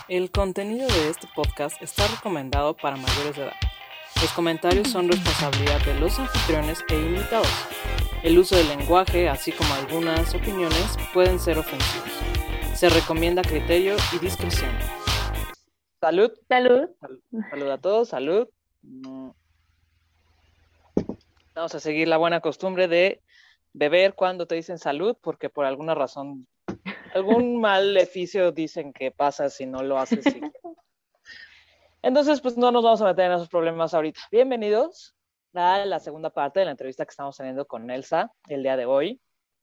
El contenido de este podcast está recomendado para mayores de edad. Los comentarios son responsabilidad de los anfitriones e invitados. El uso del lenguaje, así como algunas opiniones, pueden ser ofensivos. Se recomienda criterio y discreción. Salud. Salud. Salud a todos, salud. Vamos a seguir la buena costumbre de beber cuando te dicen salud, porque por alguna razón, algún maleficio dicen que pasa si no lo haces. Sí. Entonces, pues no nos vamos a meter en esos problemas ahorita. Bienvenidos a la segunda parte de la entrevista que estamos teniendo con Elsa el día de hoy.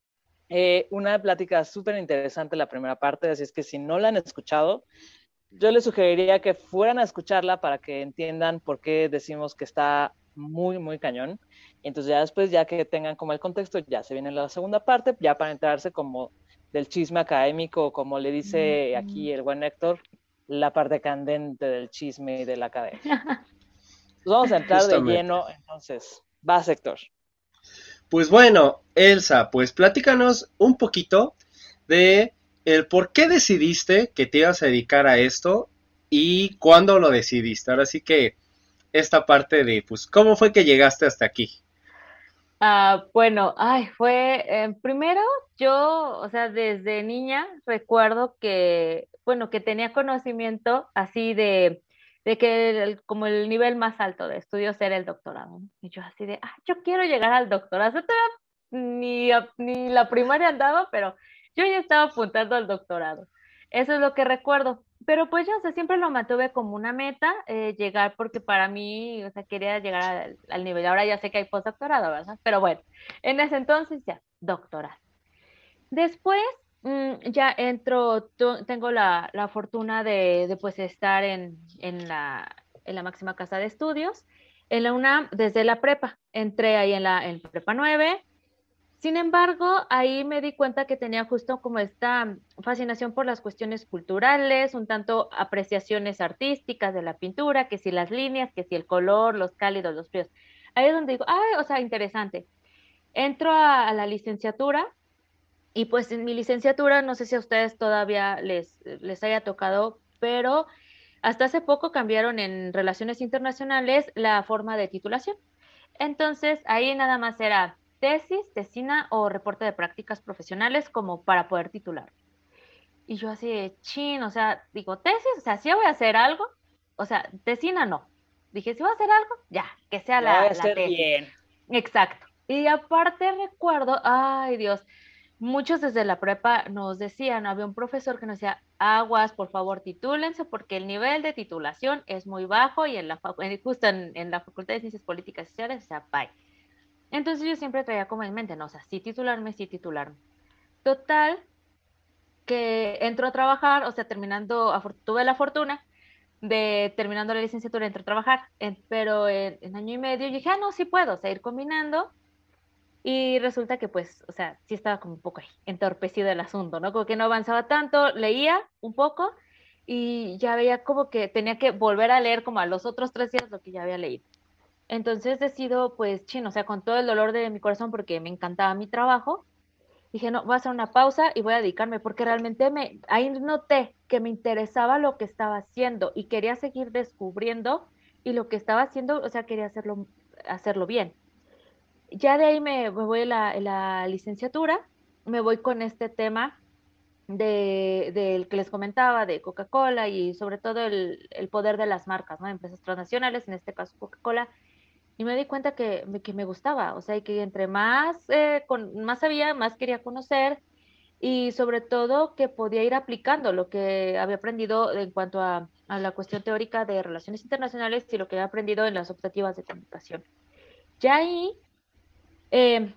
Una plática súper interesante la primera parte, así es que si no la han escuchado, yo les sugeriría que fueran a escucharla para que entiendan por qué decimos que está muy, muy cañón. Y entonces ya después, ya que tengan como el contexto, ya se viene la segunda parte, ya para enterarse como del chisme académico, como le dice aquí el buen Héctor, la parte candente del chisme y de la academia. Pues vamos a entrar de lleno, entonces, vas Héctor. Pues bueno, Elsa, pues platícanos un poquito de el por qué decidiste que te ibas a dedicar a esto y cuándo lo decidiste. Ahora sí que esta parte de, pues, ¿cómo fue que llegaste hasta aquí? Bueno, primero yo, o sea, desde niña recuerdo que, bueno, que tenía conocimiento así de que como el nivel más alto de estudios era el doctorado, ¿no? Y yo así de, yo quiero llegar al doctorado. O sea, todavía ni la primaria andaba, pero yo ya estaba apuntando al doctorado. Eso es lo que recuerdo. Pero pues yo, o sea, siempre lo mantuve como una meta, llegar, porque para mí, o sea, quería llegar al nivel. Ahora ya sé que hay postdoctorado, ¿verdad? Pero bueno, en ese entonces ya, doctorado. Después, ya tengo la fortuna de pues estar en la máxima casa de estudios, en la UNAM, desde la prepa. Entré ahí en prepa 9. Sin embargo, ahí me di cuenta que tenía justo como esta fascinación por las cuestiones culturales, un tanto apreciaciones artísticas de la pintura, que si las líneas, que si el color, los cálidos, los fríos. Ahí es donde digo, o sea, interesante. Entro a la licenciatura y pues en mi licenciatura, no sé si a ustedes todavía les haya tocado, pero hasta hace poco cambiaron en relaciones internacionales la forma de titulación. Entonces, ahí nada más era tesis, tesina o reporte de prácticas profesionales como para poder titular. Y yo así de chin, o sea, digo, tesis, o sea, si voy a hacer algo, o sea, tesina no. Dije, si voy a hacer algo, ya, que sea Lo voy a la hacer tesis. bien. Exacto. Y aparte recuerdo, ay Dios, muchos desde la prepa nos decían, había un profesor que nos decía, aguas, por favor, titúlense porque el nivel de titulación es muy bajo y justo en la Facultad de Ciencias Políticas y Sociales, o sea, bye. Entonces yo siempre traía como en mente, no, o sea, sí titularme, sí titularme. Total, que entro a trabajar, o sea, tuve la fortuna de terminando la licenciatura, entro a trabajar, pero en año y medio yo dije, no, sí puedo, o sea, ir combinando. Y resulta que pues, o sea, sí estaba como un poco ahí, entorpecido el asunto, ¿no? Como que no avanzaba tanto, leía un poco y ya veía como que tenía que volver a leer como a los otros 3 días lo que ya había leído. Entonces decido, pues, chino, o sea, con todo el dolor de mi corazón, porque me encantaba mi trabajo, dije, no, voy a hacer una pausa y voy a dedicarme, porque realmente ahí noté que me interesaba lo que estaba haciendo y quería seguir descubriendo y lo que estaba haciendo, o sea, quería hacerlo bien. Ya de ahí me voy a la licenciatura, me voy con este tema del que les comentaba, de Coca-Cola y sobre todo el poder de las marcas, ¿no? Empresas transnacionales, en este caso Coca-Cola, y me di cuenta que me gustaba, o sea, y que entre más sabía, más quería conocer y sobre todo que podía ir aplicando lo que había aprendido en cuanto a la cuestión teórica de relaciones internacionales y lo que había aprendido en las optativas de comunicación. Ya ahí, eh,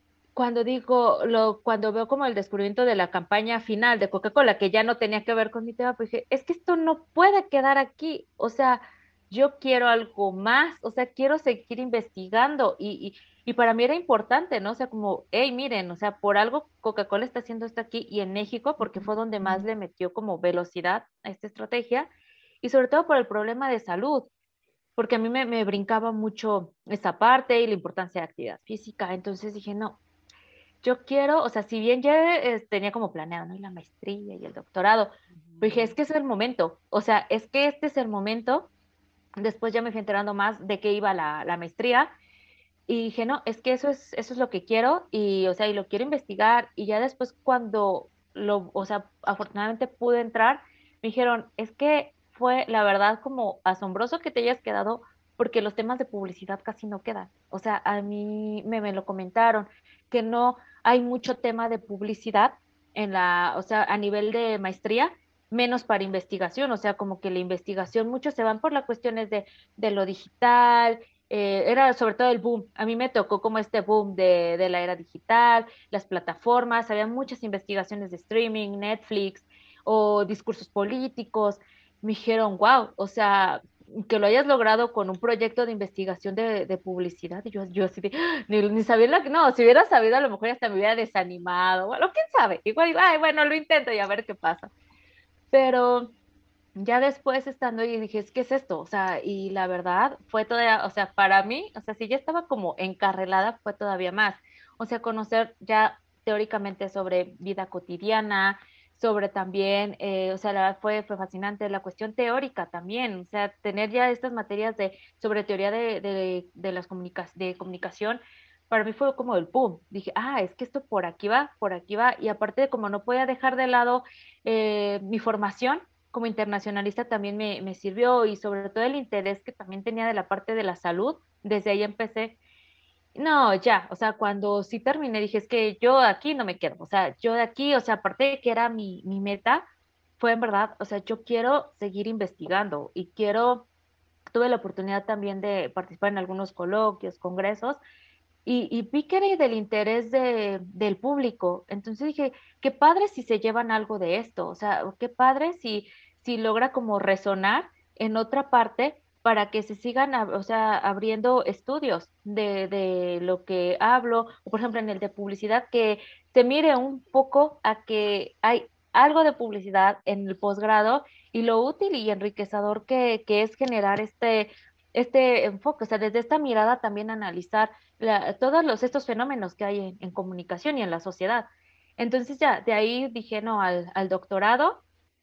cuando veo como el descubrimiento de la campaña final de Coca-Cola, que ya no tenía que ver con mi tema, pues dije, es que esto no puede quedar aquí, o sea, yo quiero algo más, o sea, quiero seguir investigando y para mí era importante, ¿no? O sea, como, hey, miren, o sea, por algo Coca-Cola está haciendo esto aquí y en México, porque fue donde más le metió como velocidad a esta estrategia y sobre todo por el problema de salud porque a mí me brincaba mucho esa parte y la importancia de actividad física. Entonces dije, no, yo quiero, o sea, si bien ya tenía como planeado, ¿no? Y la maestría y el doctorado, pero dije, es que es el momento, o sea, es que este es el momento. Después ya me fui enterando más de qué iba la maestría y dije, no, es que eso es lo que quiero y, o sea, y lo quiero investigar. Y ya después cuando o sea, afortunadamente pude entrar, me dijeron, es que fue la verdad como asombroso que te hayas quedado porque los temas de publicidad casi no quedan. O sea, a mí me lo comentaron, que no hay mucho tema de publicidad o sea, a nivel de maestría, menos para investigación. O sea, como que la investigación, muchos se van por las cuestiones de lo digital, era sobre todo el boom. A mí me tocó como este boom de la era digital, las plataformas, había muchas investigaciones de streaming, Netflix o discursos políticos. Me dijeron, wow, o sea, que lo hayas logrado con un proyecto de investigación de publicidad. Y yo así de, ni sabía no, si hubiera sabido, a lo mejor hasta me hubiera desanimado. Bueno, quién sabe. Igual, ay, bueno, lo intento y a ver qué pasa. Pero ya después estando ahí dije, ¿qué es esto? O sea, y la verdad fue todavía, o sea, para mí, o sea, si ya estaba como encarrelada, fue todavía más. O sea, conocer ya teóricamente sobre vida cotidiana, sobre también, o sea, la verdad fue fascinante la cuestión teórica también, o sea, tener ya estas materias sobre teoría de las de comunicación, para mí fue como el boom. Dije, es que esto por aquí va, y aparte de como no podía dejar de lado mi formación, como internacionalista también me sirvió y sobre todo el interés que también tenía de la parte de la salud, desde ahí empecé. No, ya, o sea, cuando sí terminé dije, es que yo aquí no me quedo, o sea, yo de aquí, o sea, aparte de que era mi meta, fue en verdad, o sea, yo quiero seguir investigando y tuve la oportunidad también de participar en algunos coloquios, congresos, y vi que era del interés del público. Entonces dije, qué padre si se llevan algo de esto, o sea, qué padre si logra como resonar en otra parte para que se sigan, o sea, abriendo estudios de lo que hablo, o por ejemplo en el de publicidad, que se mire un poco a que hay algo de publicidad en el posgrado y lo útil y enriquecedor que es generar este enfoque, o sea, desde esta mirada también analizar todos estos fenómenos que hay en comunicación y en la sociedad. Entonces ya, de ahí dije, no, al doctorado,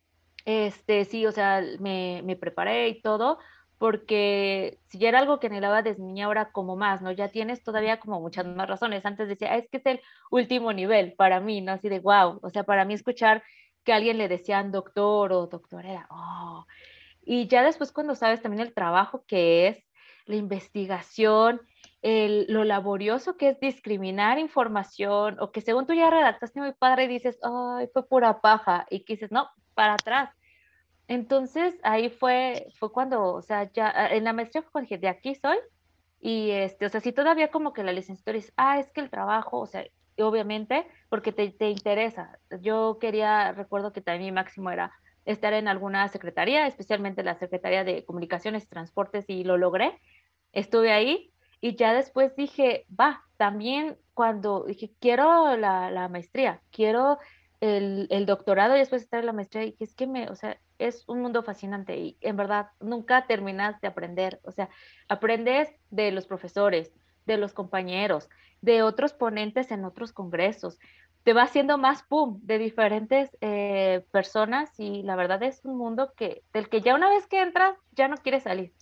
sí, o sea, me preparé y todo, porque si ya era algo que anhelaba desde niña, ahora como más, ¿no? Ya tienes todavía como muchas más razones. Antes decía, es que es el último nivel para mí, ¿no? Así de, wow, o sea, para mí escuchar que a alguien le decían doctor o doctora era, oh, y ya después cuando sabes también el trabajo que es, la investigación, lo laborioso que es discriminar información, o que según tú ya redactaste muy padre y dices, ay, fue pura paja, y que dices, no, para atrás. Entonces ahí fue cuando, o sea, ya en la maestría fue cuando dije, de aquí soy, y o sea, si todavía como que la licenciatura es, es que el trabajo, o sea, y obviamente, porque te interesa. Yo recuerdo que también mi máximo era estar en alguna secretaría, especialmente la Secretaría de Comunicaciones y Transportes, y lo logré. Estuve ahí y ya después dije, va, también cuando dije, quiero la maestría, quiero el doctorado y después estar en la maestría, y que es que o sea, es un mundo fascinante y en verdad nunca terminas de aprender, o sea, aprendes de los profesores, de los compañeros, de otros ponentes en otros congresos. Te va haciendo más pum de diferentes personas y la verdad es un mundo del que ya una vez que entras ya no quieres salir.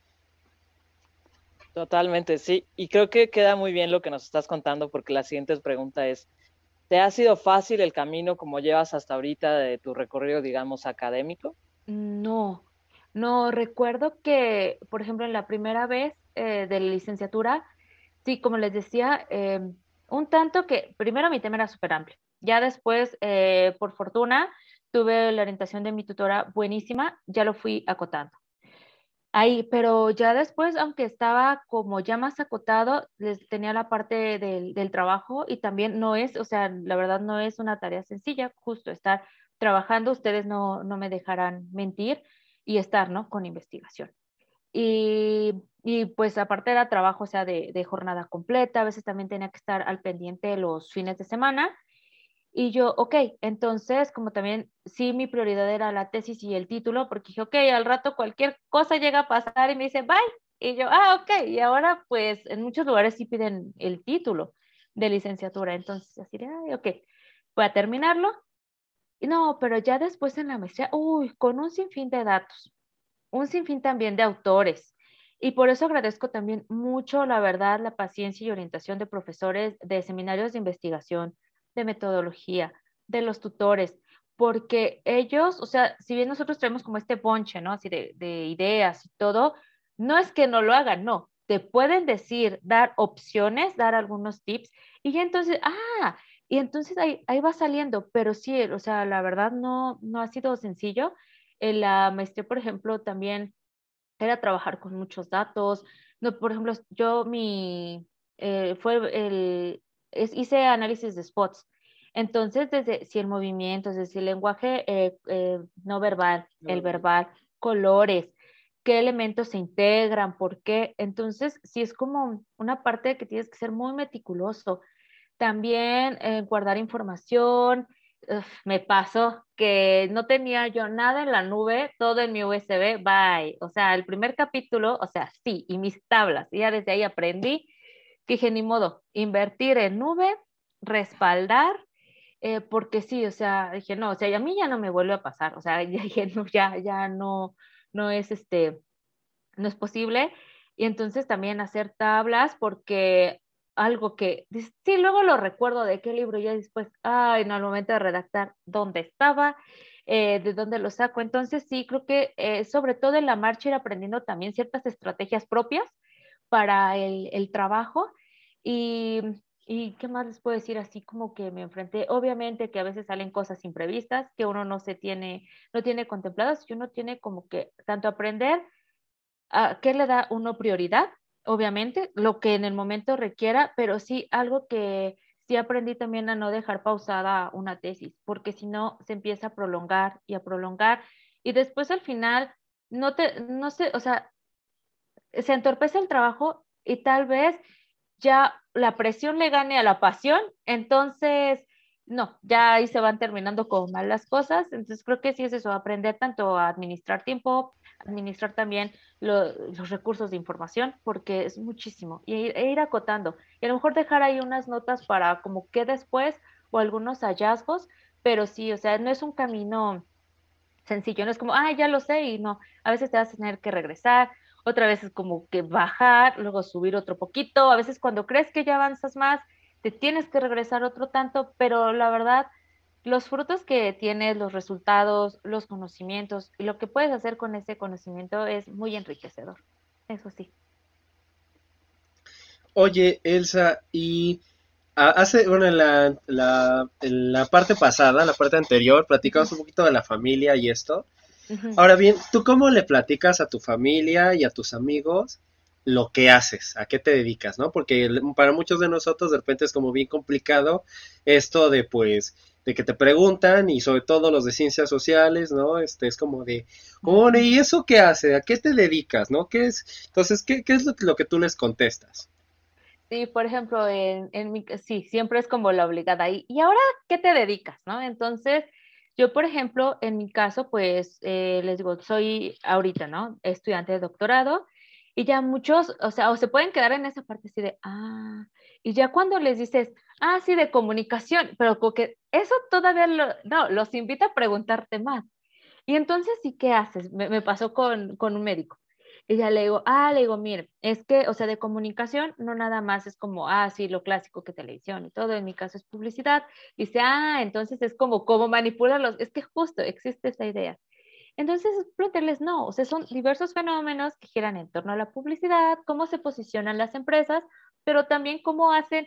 Totalmente, sí. Y creo que queda muy bien lo que nos estás contando porque la siguiente pregunta es, ¿te ha sido fácil el camino como llevas hasta ahorita de tu recorrido, digamos, académico? No, no recuerdo que, por ejemplo, en la primera vez de la licenciatura, sí, como les decía, un tanto que primero mi tema era súper amplio. Ya después, por fortuna, tuve la orientación de mi tutora buenísima, ya lo fui acotando. Ahí, pero ya después, aunque estaba como ya más acotado, tenía la parte del trabajo y también no es, o sea, la verdad no es una tarea sencilla, justo estar trabajando, ustedes no me dejarán mentir, y estar, ¿no? Con investigación. Y pues aparte era trabajo, o sea, de jornada completa, a veces también tenía que estar al pendiente los fines de semana. Y yo, ok, entonces como también sí mi prioridad era la tesis y el título, porque dije, ok, al rato cualquier cosa llega a pasar y me dice, bye. Y yo, ok, y ahora pues en muchos lugares sí piden el título. de licenciatura. Entonces, así de, ay, ok, voy a terminarlo. Y no, pero ya después en la maestría, uy, con un sinfín de datos, un sinfín también de autores. Y por eso agradezco también mucho, la verdad, la paciencia y orientación de profesores de seminarios de investigación, de metodología, de los tutores, porque ellos, o sea, si bien nosotros tenemos como este bonche, ¿no? Así de ideas y todo, no es que no lo hagan, no. Te pueden decir, dar opciones, dar algunos tips, y ya entonces, y entonces ahí va saliendo, pero sí, o sea, la verdad no ha sido sencillo. En la maestría, por ejemplo, también era trabajar con muchos datos. No, por ejemplo, yo fue hice análisis de spots. Entonces, desde si el movimiento, desde si el lenguaje no verbal, el verbal, colores, qué elementos se integran, por qué. Entonces, sí es como una parte que tienes que ser muy meticuloso. También guardar información. Me pasó que no tenía yo nada en la nube, todo en mi USB, bye. O sea, el primer capítulo, o sea, sí, y mis tablas. Y ya desde ahí aprendí que dije, ni modo, invertir en nube, respaldar, porque sí, o sea, dije, no, o sea, y a mí ya no me vuelve a pasar. O sea, ya dije, no, ya no es no es posible. Y entonces también hacer tablas, porque algo que, sí, luego lo recuerdo de qué libro, ya después, ay, no, al momento de redactar, dónde estaba, de dónde lo saco. Entonces sí, creo que sobre todo en la marcha ir aprendiendo también ciertas estrategias propias para el trabajo. Y, y qué más les puedo decir, así como que me enfrenté, obviamente que a veces salen cosas imprevistas que uno no tiene contempladas, y uno tiene como que tanto aprender a qué le da uno prioridad, obviamente, lo que en el momento requiera, pero sí algo que sí aprendí también a no dejar pausada una tesis, porque si no se empieza a prolongar y a prolongar, y después al final no sé, o sea, se entorpece el trabajo y tal vez ya la presión le gane a la pasión, entonces no, ya ahí se van terminando con mal las cosas. Entonces creo que sí es eso, aprender tanto a administrar tiempo, administrar también los recursos de información, porque es muchísimo, e ir acotando, y a lo mejor dejar ahí unas notas para como que después, o algunos hallazgos, pero sí, o sea, no es un camino sencillo, no es como, ya lo sé, y no, a veces te vas a tener que regresar, otra vez es como que bajar, luego subir otro poquito, a veces cuando crees que ya avanzas más, te tienes que regresar otro tanto, pero la verdad, los frutos que tienes, los resultados, los conocimientos y lo que puedes hacer con ese conocimiento es muy enriquecedor, eso sí. Oye, Elsa, y bueno, en la parte pasada, la parte anterior, platicamos Ujú, un poquito de la familia y esto. ujú. Ahora bien, ¿tú cómo le platicas a tu familia y a tus amigos lo que haces? ¿A qué te dedicas, no? Porque para muchos de nosotros de repente es como bien complicado esto de, pues, de que te preguntan, y sobre todo los de ciencias sociales, ¿no? Es como de, oye, ¿y eso qué hace? ¿A qué te dedicas, no? ¿Qué es? Entonces, ¿qué es lo que tú les contestas? Sí, por ejemplo, sí, siempre es como la obligada. ¿Y ahora qué te dedicas, no? Entonces, yo, por ejemplo, en mi caso, pues, les digo, soy ahorita, ¿no? Estudiante de doctorado, y ya muchos, o sea, o se pueden quedar en esa parte así de, y ya cuando les dices, sí, de comunicación, pero como que eso todavía no, los invita a preguntarte más. Y entonces, ¿sí qué haces? Me pasó con un médico. Y ya le digo, mire, es que, o sea, de comunicación no nada más es como, sí, lo clásico que televisión y todo, en mi caso es publicidad. Dice, entonces es como, ¿cómo manipularlos? Es que justo existe esa idea. Entonces, plantearles no, o sea, son diversos fenómenos que giran en torno a la publicidad, cómo se posicionan las empresas, pero también cómo hacen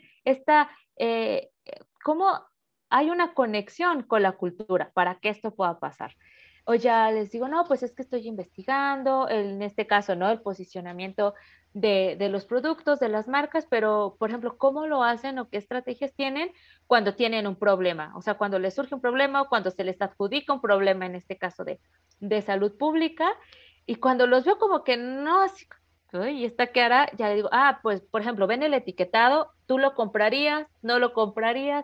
cómo hay una conexión con la cultura para que esto pueda pasar. O ya les digo, no, pues es que estoy investigando, en este caso, ¿no? El posicionamiento de los productos, de las marcas, pero, por ejemplo, ¿cómo lo hacen o qué estrategias tienen cuando tienen un problema? O sea, cuando les surge un problema o cuando se les adjudica un problema, en este caso de salud pública, y cuando los veo como que no, así, uy, ¿y esta qué hará? Ya le digo, pues, por ejemplo, ven el etiquetado, ¿tú lo comprarías? ¿No lo comprarías?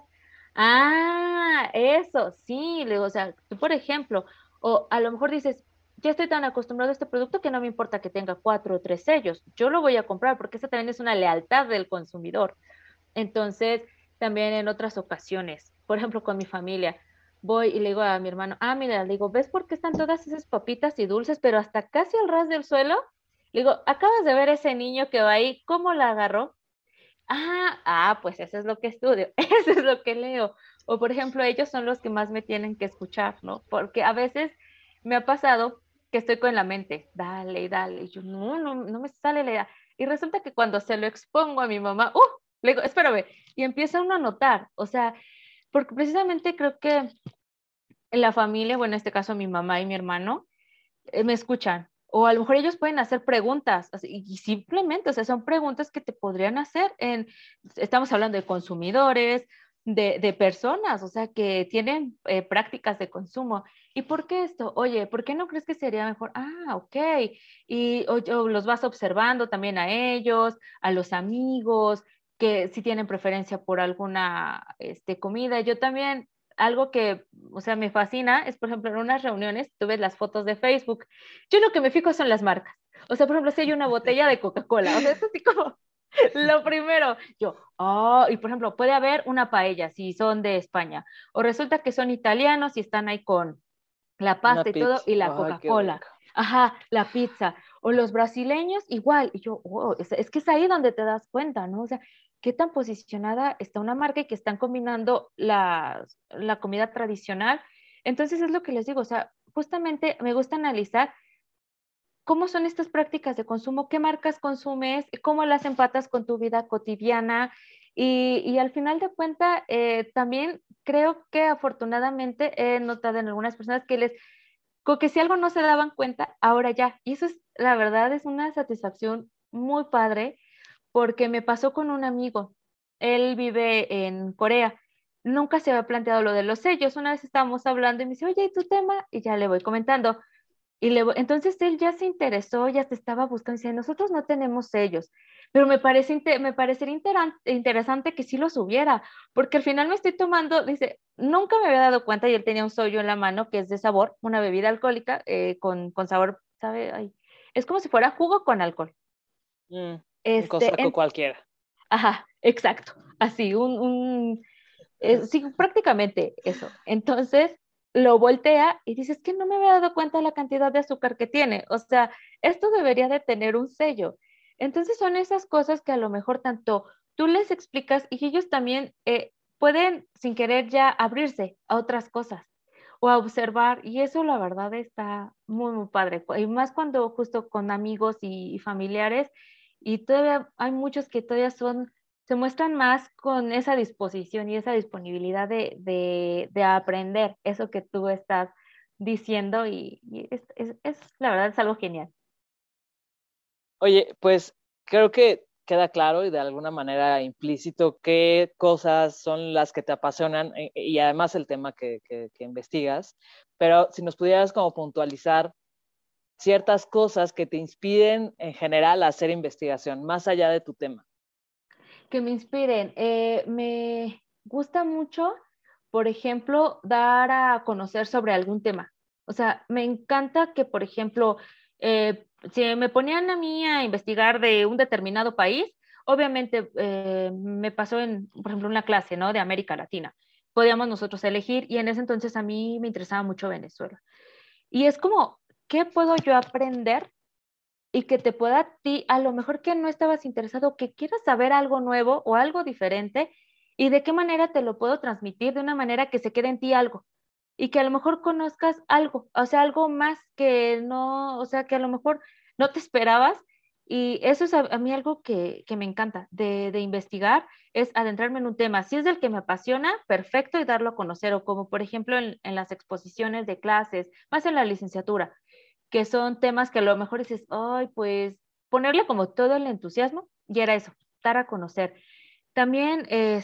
Eso, sí, le digo, o sea, tú, por ejemplo, o a lo mejor dices, ya estoy tan acostumbrado a este producto que no me importa que tenga 4 o 3 sellos, yo lo voy a comprar porque esa también es una lealtad del consumidor. Entonces, también en otras ocasiones. Por ejemplo, con mi familia. Voy y le digo a mi hermano, mira, le digo, ¿ves por qué están todas esas papitas y dulces, pero hasta casi al ras del suelo? Le digo, ¿acabas de ver ese niño que va ahí? ¿Cómo la agarró? Pues eso es lo que estudio, eso es lo que leo. O por ejemplo, ellos son los que más me tienen que escuchar, ¿no? Porque a veces me ha pasado que estoy con la mente, dale y dale, y yo no me sale la idea. Y resulta que cuando se lo expongo a mi mamá, le digo, espérame, y empieza uno a notar, o sea, porque precisamente creo que en la familia, bueno, en este caso mi mamá y mi hermano, me escuchan. O a lo mejor ellos pueden hacer preguntas, y simplemente, o sea, son preguntas que te podrían hacer estamos hablando de consumidores, de personas, o sea, que tienen prácticas de consumo. ¿Y por qué esto? Oye, ¿por qué no crees que sería mejor? Ok. O los vas observando también a ellos, a los amigos, que si tienen preferencia por alguna comida. Yo también, algo que, o sea, me fascina es, por ejemplo, en unas reuniones, tú ves las fotos de Facebook, yo lo que me fijo son las marcas. O sea, por ejemplo, si hay una botella de Coca-Cola, o sea, es así como lo primero. Y por ejemplo, puede haber una paella si son de España, o resulta que son italianos y están ahí con la Una pasta y todo, pizza. y la Ay, qué Coca-Cola. rico. Ajá, la pizza. O los brasileños igual. Y yo, es que es ahí donde te das cuenta, ¿no? O sea, qué tan posicionada está una marca y que están combinando la comida tradicional. Entonces es lo que les digo, o sea, justamente me gusta analizar cómo son estas prácticas de consumo, qué marcas consumes, cómo las empatas con tu vida cotidiana. Y al final de cuentas, también creo que afortunadamente he notado en algunas personas como que si algo no se daban cuenta, ahora ya. Y eso es, la verdad, es una satisfacción muy padre, porque me pasó con un amigo. Él vive en Corea. Nunca se había planteado lo de los sellos. Una vez estábamos hablando y me dice, oye, ¿y tu tema? Y ya le voy comentando. Entonces él ya se interesó, ya se estaba buscando, dice, nosotros no tenemos sellos, pero me parecería interesante que sí los hubiera, porque al final me estoy tomando, dice, nunca me había dado cuenta, y él tenía un sollo en la mano que es de sabor, una bebida alcohólica con sabor, ¿sabe? Ay, es como si fuera jugo con alcohol. Un cosaco cualquiera. Ajá, exacto, así, sí, prácticamente eso. Entonces lo voltea y dice, es que no me había dado cuenta de la cantidad de azúcar que tiene. O sea, esto debería de tener un sello. Entonces son esas cosas que a lo mejor tanto tú les explicas y ellos también pueden sin querer ya abrirse a otras cosas o a observar, y eso la verdad está muy, muy padre. Y más cuando justo con amigos y familiares, y todavía hay muchos que todavía se muestran más con esa disposición y esa disponibilidad de aprender eso que tú estás diciendo, y es, la verdad es algo genial. Oye, pues creo que queda claro y de alguna manera implícito qué cosas son las que te apasionan y además el tema que investigas, pero si nos pudieras como puntualizar ciertas cosas que te inspiren en general a hacer investigación, más allá de tu tema. Que me inspiren. Me gusta mucho, por ejemplo, dar a conocer sobre algún tema. O sea, me encanta que, por ejemplo, si me ponían a mí a investigar de un determinado país, obviamente me pasó por ejemplo, una clase, ¿no? De América Latina. Podíamos nosotros elegir, y en ese entonces a mí me interesaba mucho Venezuela. Y es como, ¿qué puedo yo aprender y que te pueda a ti, a lo mejor que no estabas interesado, que quieras saber algo nuevo o algo diferente, y de qué manera te lo puedo transmitir de una manera que se quede en ti algo, y que a lo mejor conozcas algo, o sea, algo más que no, o sea, que a lo mejor no te esperabas? Y eso es a mí algo que me encanta de investigar, es adentrarme en un tema. Si es del que me apasiona, perfecto, y darlo a conocer, o como por ejemplo en las exposiciones de clases, más en la licenciatura, que son temas que a lo mejor dices, ay, pues ponerle como todo el entusiasmo, y era eso, dar a conocer. También,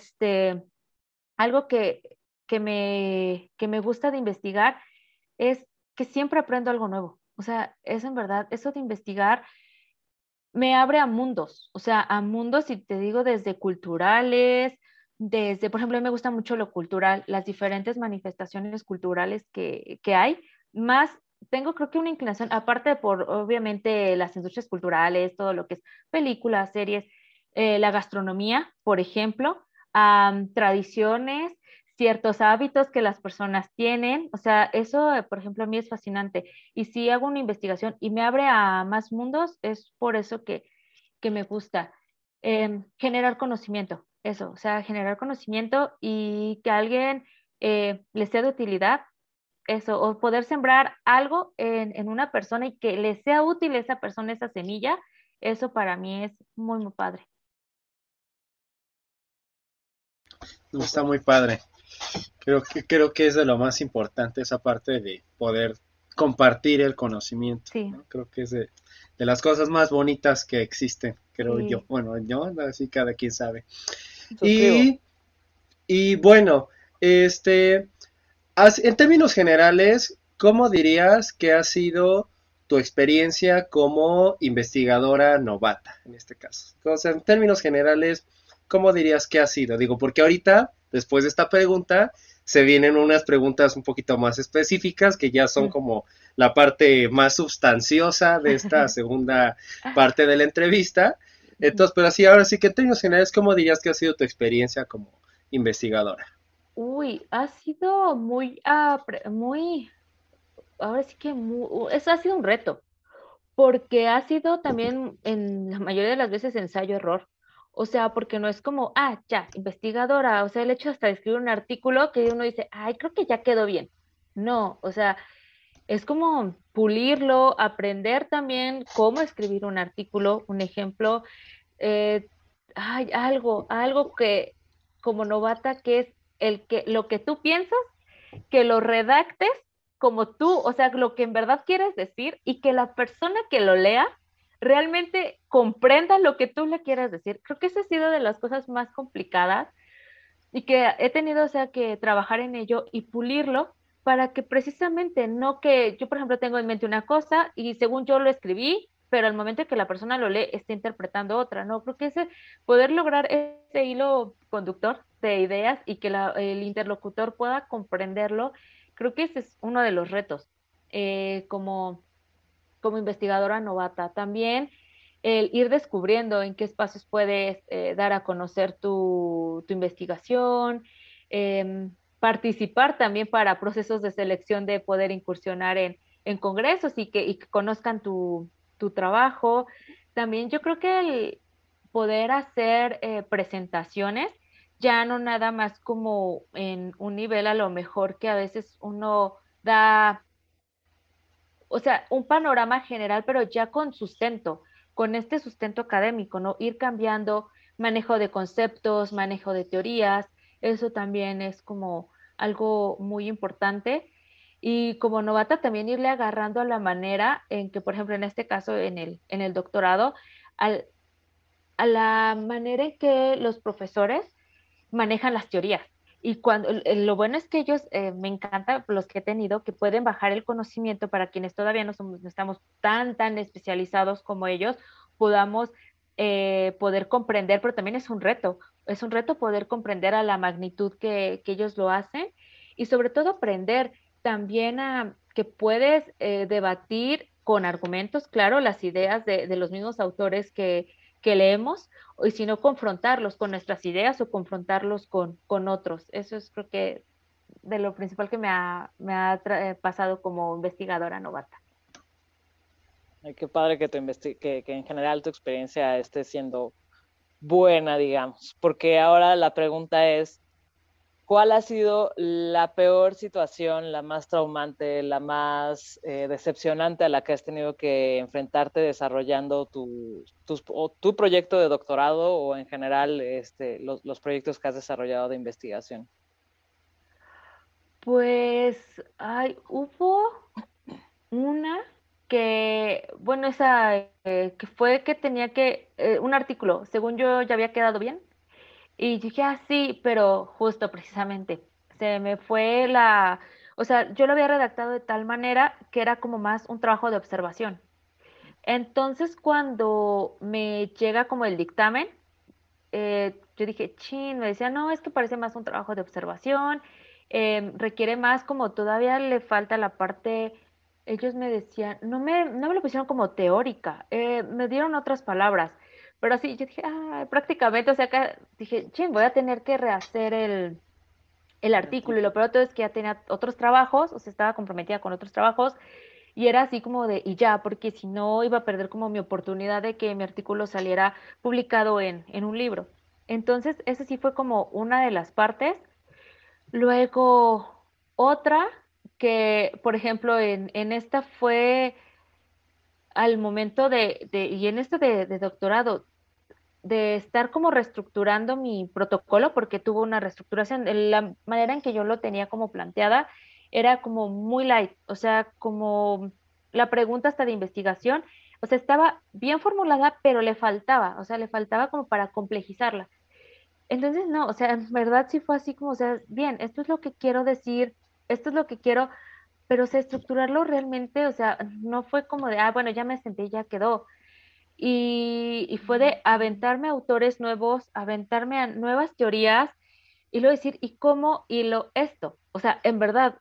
algo que me gusta de investigar es que siempre aprendo algo nuevo. O sea, es en verdad, eso de investigar me abre a mundos, o sea, a mundos, y te digo, desde culturales, desde, por ejemplo, a mí me gusta mucho lo cultural, las diferentes manifestaciones culturales que hay, más tengo creo que una inclinación, aparte por obviamente las industrias culturales, todo lo que es películas, series, la gastronomía, por ejemplo, tradiciones, ciertos hábitos que las personas tienen. O sea, eso, por ejemplo, a mí es fascinante. Y si hago una investigación y me abre a más mundos, es por eso que me gusta. Generar conocimiento, eso, o sea, generar conocimiento y que a alguien le sea de utilidad, eso, o poder sembrar algo en una persona y que le sea útil a esa persona esa semilla, eso para mí es muy, muy padre. Está muy padre. Creo que es de lo más importante esa parte de poder compartir el conocimiento, Sí, ¿no? Creo que es de las cosas más bonitas que existen, creo yo. sí. Bueno, yo, así cada quien sabe. Suscribo. Y, y bueno, este, en términos generales, ¿cómo dirías que ha sido tu experiencia como investigadora novata en este caso? O sea, en términos generales, ¿cómo dirías que ha sido? Digo, porque ahorita, después de esta pregunta, se vienen unas preguntas un poquito más específicas que ya son Mm. como la parte más sustanciosa de esta segunda parte de la entrevista. Entonces, pero sí, ahora sí que en términos generales, ¿cómo dirías que ha sido tu experiencia como investigadora? Uy, ha sido muy, muy, ahora sí que eso ha sido un reto, porque ha sido también en la mayoría de las veces ensayo-error. O sea, porque no es como, ya, investigadora. O sea, el hecho hasta de escribir un artículo que uno dice, ay, creo que ya quedó bien. No, o sea, es como pulirlo, aprender también cómo escribir un artículo, un ejemplo, eh, algo que como novata que es lo que tú piensas, que lo redactes como tú, o sea, lo que en verdad quieres decir y que la persona que lo lea realmente comprenda lo que tú le quieras decir. Creo que esa ha sido de las cosas más complicadas y que he tenido, o sea, que trabajar en ello y pulirlo para que precisamente no que yo, por ejemplo, tengo en mente una cosa y según yo lo escribí, pero al momento que la persona lo lee está interpretando otra, ¿no? Creo que ese poder lograr ese hilo conductor de ideas y que el interlocutor pueda comprenderlo, creo que ese es uno de los retos como investigadora novata. También el ir descubriendo en qué espacios puedes dar a conocer tu investigación, participar también para procesos de selección de poder incursionar en congresos y que conozcan tu trabajo. También yo creo que el poder hacer presentaciones, ya no nada más como en un nivel a lo mejor que a veces uno da, o sea, un panorama general, pero ya con sustento, con este sustento académico, ¿no? Ir cambiando manejo de conceptos, manejo de teorías, eso también es como algo muy importante. Y como novata también irle agarrando a la manera en que, por ejemplo, en este caso, en el doctorado, al, a la manera en que los profesores manejan las teorías. Y lo bueno es que ellos, me encanta los que he tenido, que pueden bajar el conocimiento para quienes todavía no estamos tan especializados como ellos, podamos poder comprender, pero también es un reto poder comprender a la magnitud que ellos lo hacen y sobre todo aprender también a que puedes debatir con argumentos, claro, las ideas de los mismos autores que leemos, y si no confrontarlos con nuestras ideas o confrontarlos con otros. Eso es creo que de lo principal que me ha pasado como investigadora novata. Ay, qué padre que, que en general tu experiencia esté siendo buena, digamos, porque ahora la pregunta es, ¿cuál ha sido la peor situación, la más traumante, la más decepcionante a la que has tenido que enfrentarte desarrollando tu proyecto de doctorado o en general los proyectos que has desarrollado de investigación? Pues, hubo una que, bueno, esa que fue que tenía un artículo, según yo ya había quedado bien, y dije, sí, pero justo precisamente, se me fue o sea, yo lo había redactado de tal manera que era como más un trabajo de observación. Entonces, cuando me llega como el dictamen, yo dije, chin, me decía, no, es que parece más un trabajo de observación, requiere más como todavía le falta la parte, ellos me decían, no me lo pusieron como teórica, me dieron otras palabras, Pero sí, yo dije, prácticamente, o sea, acá dije, ching, voy a tener que rehacer el artículo. Y lo peor de todo es que ya tenía otros trabajos, o sea, estaba comprometida con otros trabajos. Y era así como de, y ya, porque si no iba a perder como mi oportunidad de que mi artículo saliera publicado en un libro. Entonces, esa sí fue como una de las partes. Luego, otra que, por ejemplo, en esta fue al momento y en esto de doctorado, de estar como reestructurando mi protocolo, porque tuvo una reestructuración. La manera en que yo lo tenía como planteada era como muy light, o sea, como la pregunta hasta de investigación, o sea, estaba bien formulada, pero le faltaba, o sea, le faltaba como para complejizarla. Entonces, no, o sea, en verdad sí fue así como, o sea, bien, esto es lo que quiero decir, esto es lo que quiero, pero o sea, estructurarlo realmente, o sea, no fue como de, bueno, ya me senté, ya quedó. Y fue de aventarme a autores nuevos, aventarme a nuevas teorías y luego decir, ¿y cómo hilo esto? O sea, en verdad,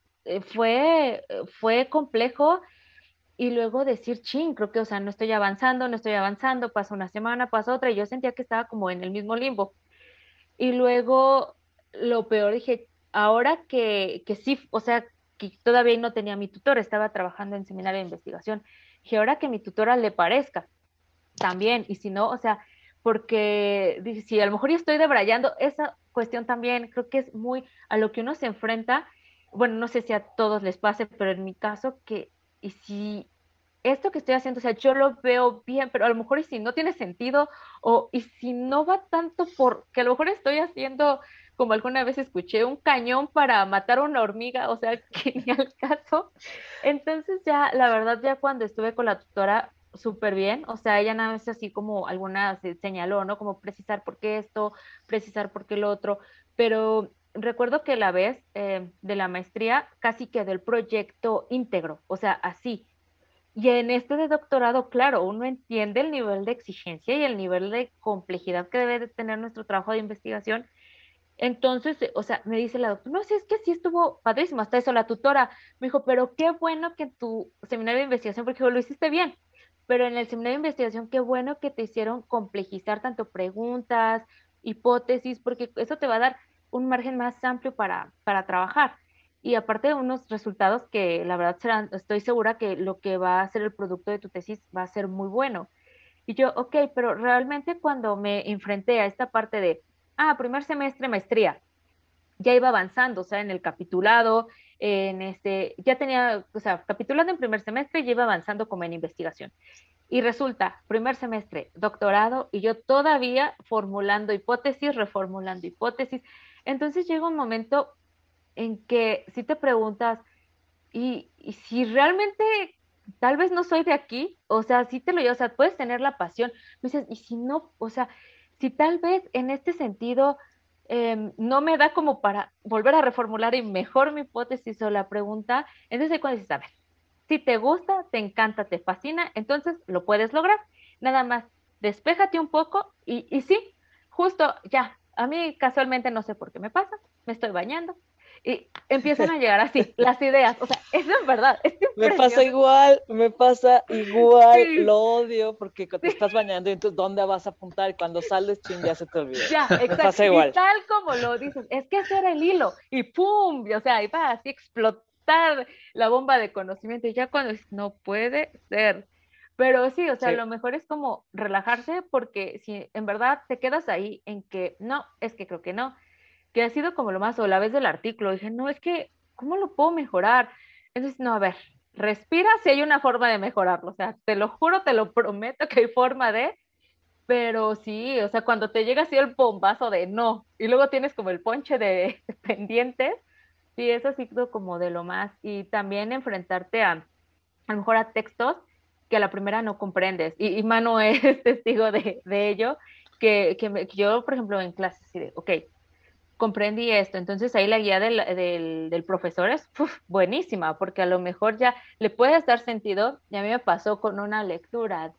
fue complejo y luego decir, ching, creo que, o sea, no estoy avanzando, no estoy avanzando, pasa una semana, pasa otra y yo sentía que estaba como en el mismo limbo. Y luego, lo peor, dije, ahora que sí, o sea, que todavía no tenía mi tutor, estaba trabajando en seminario de investigación, dije, ahora que mi tutora le parezca también, y si no, o sea, porque dije, si a lo mejor ya estoy debrayando, esa cuestión también creo que es muy a lo que uno se enfrenta, bueno, no sé si a todos les pase, pero en mi caso, y si esto que estoy haciendo, o sea, yo lo veo bien, pero a lo mejor y si no tiene sentido, y si no va tanto por, que a lo mejor estoy haciendo, como alguna vez escuché, un cañón para matar a una hormiga, o sea, que ni al caso. Entonces ya, la verdad, ya cuando estuve con la tutora, súper bien, o sea, ella nada más así como alguna se señaló, ¿no? Como precisar por qué esto, precisar por qué lo otro, pero recuerdo que la vez de la maestría casi quedó el proyecto íntegro, o sea, así. Y en este de doctorado, claro, uno entiende el nivel de exigencia y el nivel de complejidad que debe de tener nuestro trabajo de investigación. Entonces, o sea, me dice la doctora, no, sí, es que sí estuvo padrísimo, hasta eso la tutora me dijo, pero qué bueno que en tu seminario de investigación, porque lo hiciste bien, pero en el seminario de investigación, qué bueno que te hicieron complejizar tanto preguntas, hipótesis, porque eso te va a dar un margen más amplio para trabajar. Y aparte de unos resultados que la verdad serán, estoy segura que lo que va a ser el producto de tu tesis va a ser muy bueno. Y yo, ok, pero realmente cuando me enfrenté a esta parte de, primer semestre maestría, ya iba avanzando, o sea, en el capitulado, ya tenía, o sea, capitulando en primer semestre, ya iba avanzando como en investigación. Y resulta, primer semestre, doctorado, y yo todavía formulando hipótesis, reformulando hipótesis. Entonces llega un momento en que si te preguntas, y si realmente tal vez no soy de aquí, o sea, sí te lo digo, o sea, puedes tener la pasión, me dices, y si no, o sea, si tal vez en este sentido no me da como para volver a reformular y mejor mi hipótesis o la pregunta, entonces cuando dices, a ver, si te gusta, te encanta, te fascina, entonces lo puedes lograr. Nada más, despéjate un poco y sí, justo ya, a mí casualmente no sé por qué me pasa, me estoy bañando y empiezan a llegar así las ideas, o sea, eso es verdad, es Me pasa igual, Sí, lo odio porque te sí, estás bañando y entonces ¿dónde vas a apuntar? Y cuando sales, ching, ya se te olvidó. ya, Me exacto, pasa y igual. tal como lo dices, es que ese era el hilo, y pum, y, o sea, iba así a explotar la bomba de conocimiento, y ya cuando dices, no puede ser, pero sí, o sea, Sí. lo mejor es como relajarse, porque si en verdad te quedas ahí en que no, es que creo que no, que ha sido como lo más, o la vez del artículo, dije, no, es que, ¿cómo lo puedo mejorar? Entonces, no, a ver, respira si hay una forma de mejorarlo, o sea, te lo juro, te lo prometo que hay forma de, pero sí, o sea, cuando te llega así el bombazo de no, y luego tienes como el ponche de pendientes, sí, eso ha sido como de lo más, y también enfrentarte a lo mejor a textos que a la primera no comprendes, y Manu es testigo de ello, que yo, por ejemplo, en clases, así de, ok, comprendí esto. Entonces ahí la guía del profesor es buenísima, porque a lo mejor ya le puedes dar sentido. Y a mí me pasó con una lectura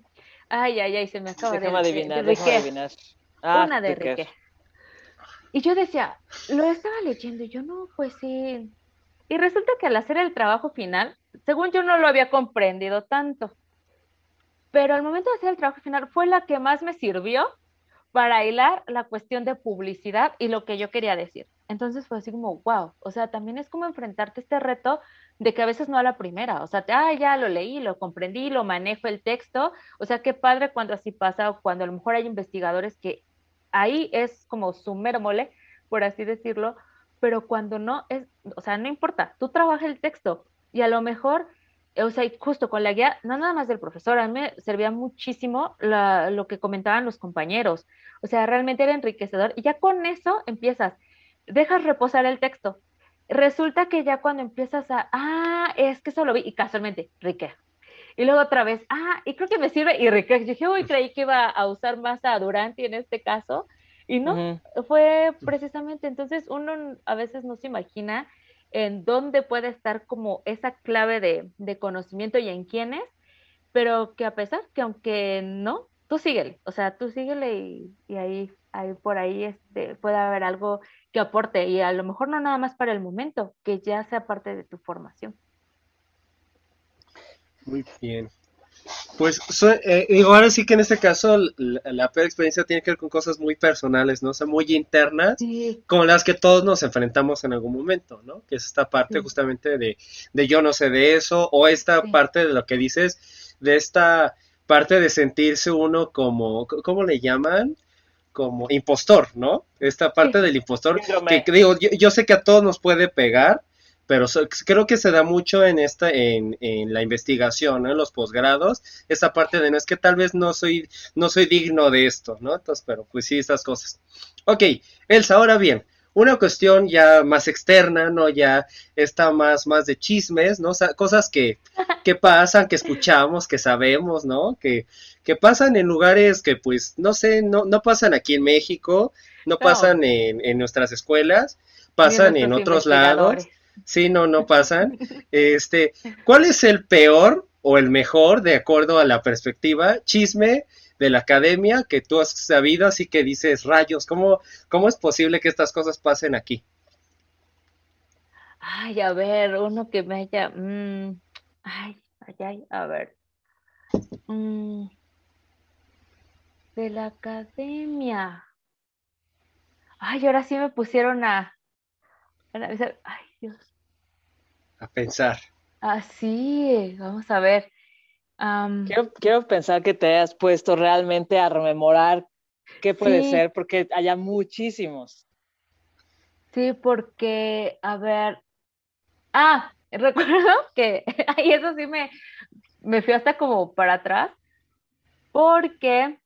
ay, se me acaba de Déjame Riquet, adivinar. una de Riquet. Riquet. Y yo decía, lo estaba leyendo y yo no, pues sí. Y resulta que al hacer el trabajo final, según yo no lo había comprendido tanto. pero al momento de hacer el trabajo final fue la que más me sirvió para hilar la cuestión de publicidad y lo que yo quería decir. Entonces fue así como, wow, o sea, también es como enfrentarte a este reto de que a veces no a la primera, o sea, ya lo leí, lo comprendí, lo manejo el texto, o sea, qué padre cuando así pasa o cuando a lo mejor hay investigadores que ahí es como su mero mole, por así decirlo, pero cuando no es, o sea, no importa, tú trabajas el texto y a lo mejor o sea, y justo con la guía, no nada más del profesor, a mí me servía muchísimo lo que comentaban los compañeros. O sea, realmente era enriquecedor. Y ya con eso empiezas, dejas reposar el texto. Resulta que ya cuando empiezas es que eso lo vi, y casualmente, Rique. Y luego otra vez, y creo que me sirve, y Rique. Yo dije, uy, creí que iba a usar más a Duranti en este caso, y no, Ujú. fue precisamente, entonces uno a veces no se imagina en dónde puede estar como esa clave de conocimiento y en quiénes, pero que a pesar que aunque no, tú síguele, o sea, tú síguele y ahí por ahí puede haber algo que aporte y a lo mejor no nada más para el momento, que ya sea parte de tu formación. Muy bien. Pues digo, ahora sí que en este caso la peor experiencia tiene que ver con cosas muy personales, ¿no? O sea, muy internas, Sí, con las que todos nos enfrentamos en algún momento, ¿no? Que es esta parte sí, justamente de yo no sé de eso, o esta sí. parte de lo que dices, de esta parte de sentirse uno como, ¿cómo le llaman? Como impostor, ¿no? Esta parte Sí. del impostor, que Síndrome. digo, yo sé que a todos nos puede pegar, pero creo que se da mucho en la investigación, ¿no? En los posgrados, esa parte de no es que tal vez no soy digno de esto, ¿no? Entonces, pero pues sí, estas cosas. Ok, Elsa, ahora bien, una cuestión ya más externa, ¿no? Ya está más de chismes, ¿no? O sea, cosas que pasan, que escuchamos, que sabemos, ¿no? Que pasan en lugares que pues, no sé, no pasan aquí en México, no No, pasan en nuestras escuelas, ni pasan en nuestros otros lados. investigadores. Sí, no pasan. Este, ¿cuál es el peor o el mejor, de acuerdo a la perspectiva, chisme de la academia que tú has sabido, así que dices, rayos, cómo es posible que estas cosas pasen aquí? Ay, a ver, uno que me haya, a ver, mm, de la academia. Ay, ahora sí me pusieron a analizar. Ay, Dios. A pensar. Sí, vamos a ver. Am, Quiero pensar que te hayas puesto realmente a rememorar qué puede sí, ser, porque haya muchísimos. sí, porque, a ver, recuerdo que, ay, eso sí me fui hasta como para atrás, porque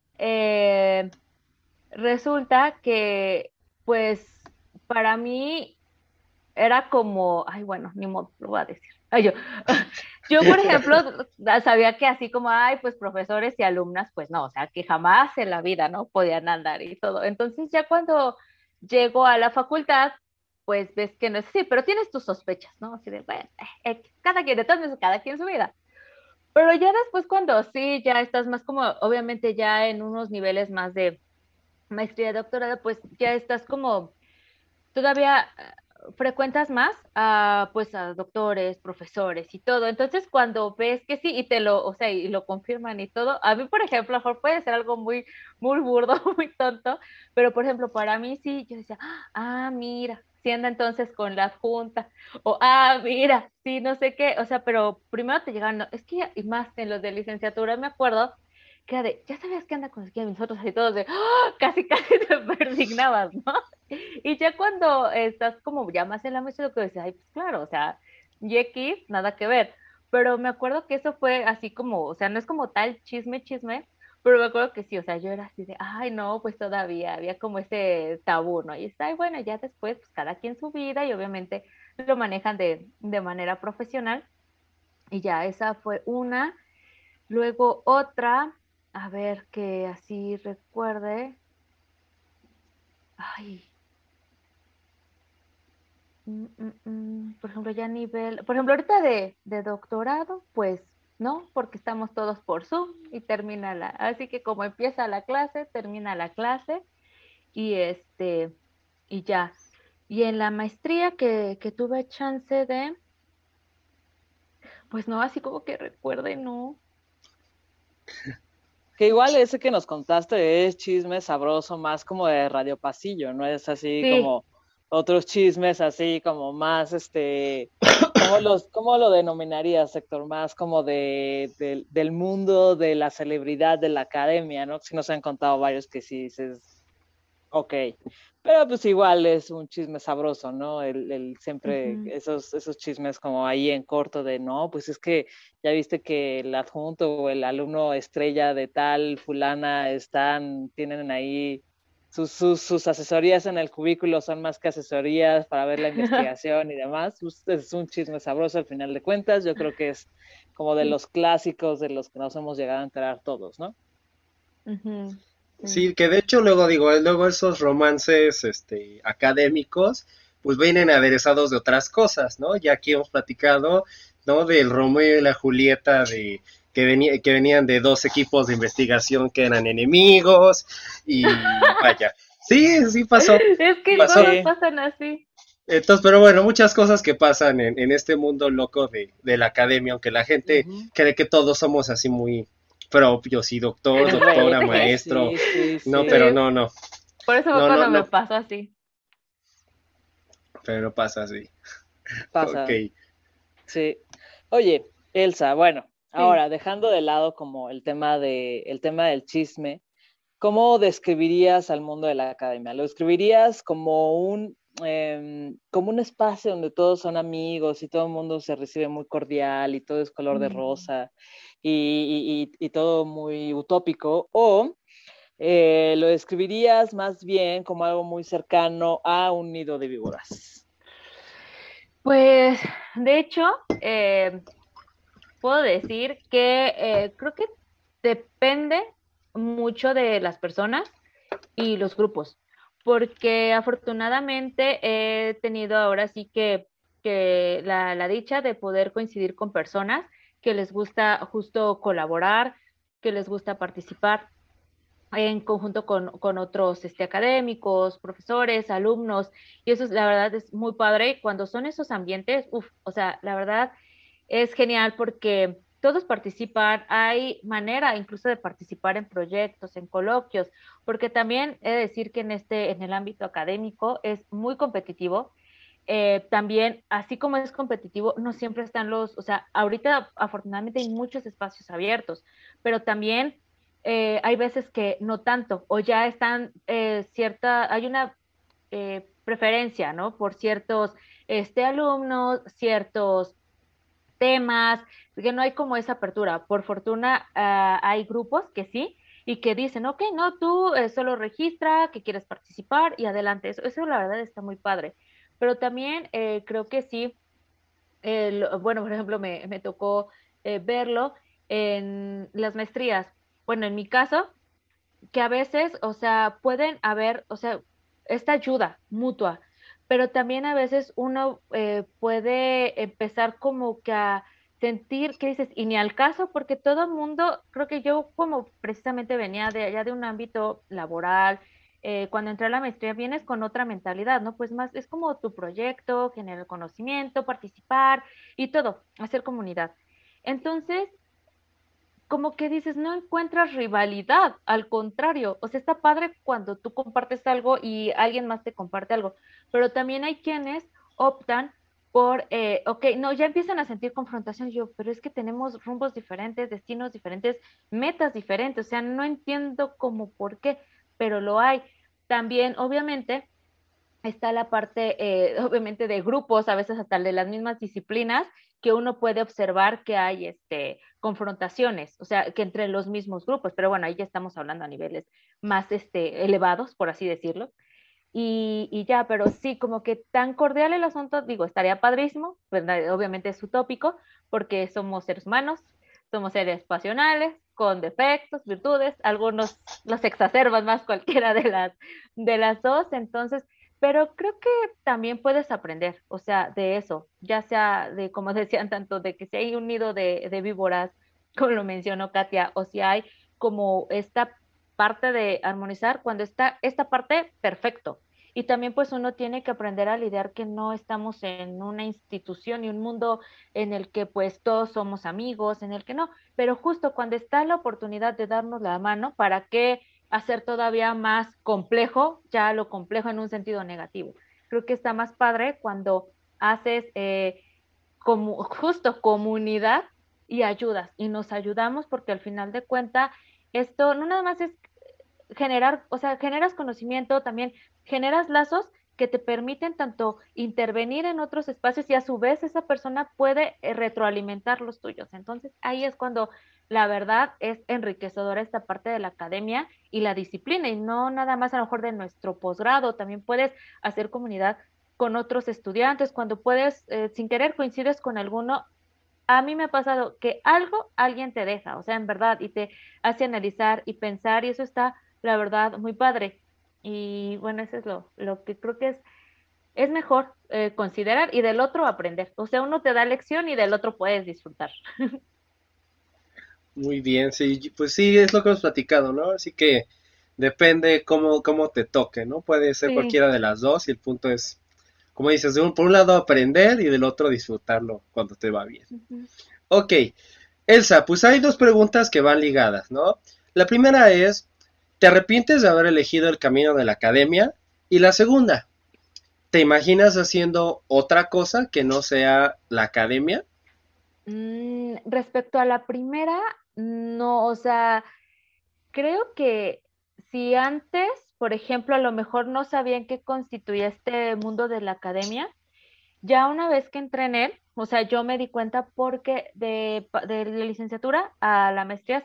eh, resulta que, pues, para mí era como, ay, bueno, ni modo, lo voy a decir. Ay, yo, por ejemplo, sabía que así como, ay, pues profesores y alumnas, pues no, o sea, que jamás en la vida, ¿no? Podían andar y todo. Entonces ya cuando llego a la facultad, pues ves que no es así, pero tienes tus sospechas, ¿no? Así de, bueno, cada quien, de todas maneras, cada quien su vida. Pero ya después cuando sí, ya estás más como, obviamente ya en unos niveles más de maestría, doctorado, pues ya estás como todavía frecuentas más a, pues, a doctores, profesores y todo. Entonces, cuando ves que sí y o sea, y lo confirman y todo, a mí, por ejemplo, a lo mejor puede ser algo muy, muy burdo, muy tonto, pero por ejemplo, para mí sí, yo decía, mira, si anda entonces con la junta, o mira, sí, no sé qué, o sea, pero primero te llegan, no, es que, y más en los de licenciatura, me acuerdo que era de, ya sabías que anda con los que nosotros y todos de, casi, casi te persignabas, ¿no? Y ya cuando estás como ya más en la mesa, lo que dices, ay, pues claro, o sea, y X, nada que ver. Pero me acuerdo que eso fue así como, o sea, no es como tal chisme, chisme, pero me acuerdo que sí, o sea, yo era así de, ay, no, pues todavía había como ese tabú, ¿no? Y está, y bueno, ya después, pues cada quien su vida y obviamente lo manejan de manera profesional. Y ya, esa fue una. Luego otra, a ver, que así recuerde, ay. Por ejemplo, ya a nivel, por ejemplo, ahorita de doctorado, pues no, porque estamos todos por Zoom y así que como empieza la clase, termina la clase y y ya. Y en la maestría que tuve chance pues no, así como que recuerde, no. Que igual ese que nos contaste es chisme sabroso, más como de Radio Pasillo, no es así Sí. como otros chismes así como más, ¿cómo lo denominarías, Héctor? Más como del mundo de la celebridad de la academia, ¿no? Sí nos han contado varios que sí dices, ok, pero pues igual es un chisme sabroso, ¿no? Siempre esos chismes como ahí en corto de, no, pues es que ya viste que el adjunto o el alumno estrella de tal fulana tienen ahí sus asesorías en el cubículo, son más que asesorías para ver la investigación y demás. Pues, es un chisme sabroso al final de cuentas, yo creo que es como de los clásicos de los que nos hemos llegado a enterar todos, ¿no? Ujú, sí. Sí, que de hecho luego digo, luego esos romances académicos pues vienen aderezados de otras cosas, ¿no? Ya aquí hemos platicado, ¿no? Del Romeo y la Julieta de que venían de dos equipos de investigación que eran enemigos y vaya. Sí, sí pasó, Es que pasó. todos Sí. pasan así. Entonces, pero bueno, muchas cosas que pasan en este mundo loco de la academia, aunque la gente Ujú. cree que todos somos así muy propios y doctor, doctora, Rectos, maestro, sí, sí, no, pero sí, Sí, no, no, por eso fue no, no, cuando me no, pasó así. pero no pasa así. Ok. pasa, sí. Oye, Elsa, bueno, Sí. ahora dejando de lado como el tema del chisme, ¿cómo describirías al mundo de la academia? ¿Lo describirías como un espacio donde todos son amigos y todo el mundo se recibe muy cordial y todo es color de Mm. rosa y todo muy utópico? ¿O lo describirías más bien como algo muy cercano a un nido de víboras? Pues, de hecho, puedo decir que creo que depende mucho de las personas y los grupos, porque afortunadamente he tenido ahora sí que la dicha de poder coincidir con personas que les gusta justo colaborar, que les gusta participar en conjunto con otros académicos, profesores, alumnos, y eso la verdad es muy padre. Cuando son esos ambientes, o sea, la verdad es genial porque todos participan, hay manera incluso de participar en proyectos, en coloquios, porque también he de decir que en el ámbito académico es muy competitivo. También, así como es competitivo, no siempre están o sea, ahorita afortunadamente hay muchos espacios abiertos, pero también hay veces que no tanto, o ya están hay una preferencia, ¿no? Por ciertos alumnos, ciertos temas, que no hay como esa apertura. Por fortuna, hay grupos que sí, y que dicen, ok, no, tú solo registra que quieres participar y adelante. Eso la verdad está muy padre. Pero también creo que sí, bueno, por ejemplo, me tocó verlo en las maestrías. Bueno, en mi caso, que a veces, o sea, pueden haber, o sea, esta ayuda mutua, pero también a veces uno puede empezar como que a sentir que dices, y ni al caso, porque todo el mundo, creo que yo como precisamente venía de allá de un ámbito laboral, cuando entré a la maestría vienes con otra mentalidad, ¿no? Pues más es como tu proyecto, generar conocimiento, participar y todo, hacer comunidad. Entonces, como que dices, no encuentras rivalidad, al contrario, o sea, está padre cuando tú compartes algo y alguien más te comparte algo, pero también hay quienes optan por, ok, no, ya empiezan a sentir confrontación, y yo, pero es que tenemos rumbos diferentes, destinos diferentes, metas diferentes, o sea, no entiendo cómo por qué, pero lo hay. También, obviamente, está la parte, obviamente, de grupos, a veces hasta de las mismas disciplinas, que uno puede observar que hay confrontaciones, o sea, que entre los mismos grupos, pero bueno, ahí ya estamos hablando a niveles más elevados, por así decirlo. Y ya, pero sí, como que tan cordial el asunto, digo, estaría padrísimo, ¿verdad? Obviamente es utópico, porque somos seres humanos, somos seres pasionales, con defectos, virtudes, algunos los exacerban más cualquiera de las dos, entonces, pero creo que también puedes aprender, o sea, de eso, ya sea de, como decían tanto, de que si hay un nido de víboras, como lo mencionó Katia, o si hay como esta parte de armonizar, cuando está esta parte, perfecto. y también pues uno tiene que aprender a lidiar que no estamos en una institución y un mundo en el que pues todos somos amigos, en el que no, pero justo cuando está la oportunidad de darnos la mano, ¿para qué hacer todavía más complejo, ya lo complejo en un sentido negativo? Creo que está más padre cuando haces como justo comunidad y ayudas y nos ayudamos porque al final de cuentas esto no nada más es generar, o sea, generas conocimiento, también generas lazos que te permiten tanto intervenir en otros espacios y a su vez esa persona puede retroalimentar los tuyos. Entonces ahí es cuando la verdad es enriquecedora esta parte de la academia y la disciplina y no nada más a lo mejor de nuestro posgrado, también puedes hacer comunidad con otros estudiantes, cuando puedes, sin querer coincides con alguno. A mí me ha pasado que algo alguien te deja, o sea, en verdad, y te hace analizar y pensar, y eso está, la verdad, muy padre. Y bueno, eso es lo que creo que es mejor considerar y del otro aprender. O sea, uno te da lección y del otro puedes disfrutar. Muy bien, sí, pues sí, es lo que hemos platicado, ¿no? Así que depende cómo te toque, ¿no? Puede ser Sí. cualquiera de las dos y el punto es, como dices, por un lado aprender y del otro disfrutarlo cuando te va bien. Ujú. Ok, Elsa, pues hay dos preguntas que van ligadas, ¿no? La primera es, ¿te arrepientes de haber elegido el camino de la academia? Y la segunda, ¿te imaginas haciendo otra cosa que no sea la academia? Respecto a la primera, no, o sea, creo que si antes, por ejemplo, a lo mejor no sabía en qué constituía este mundo de la academia, ya una vez que entré en él, o sea, yo me di cuenta porque de la licenciatura a la maestría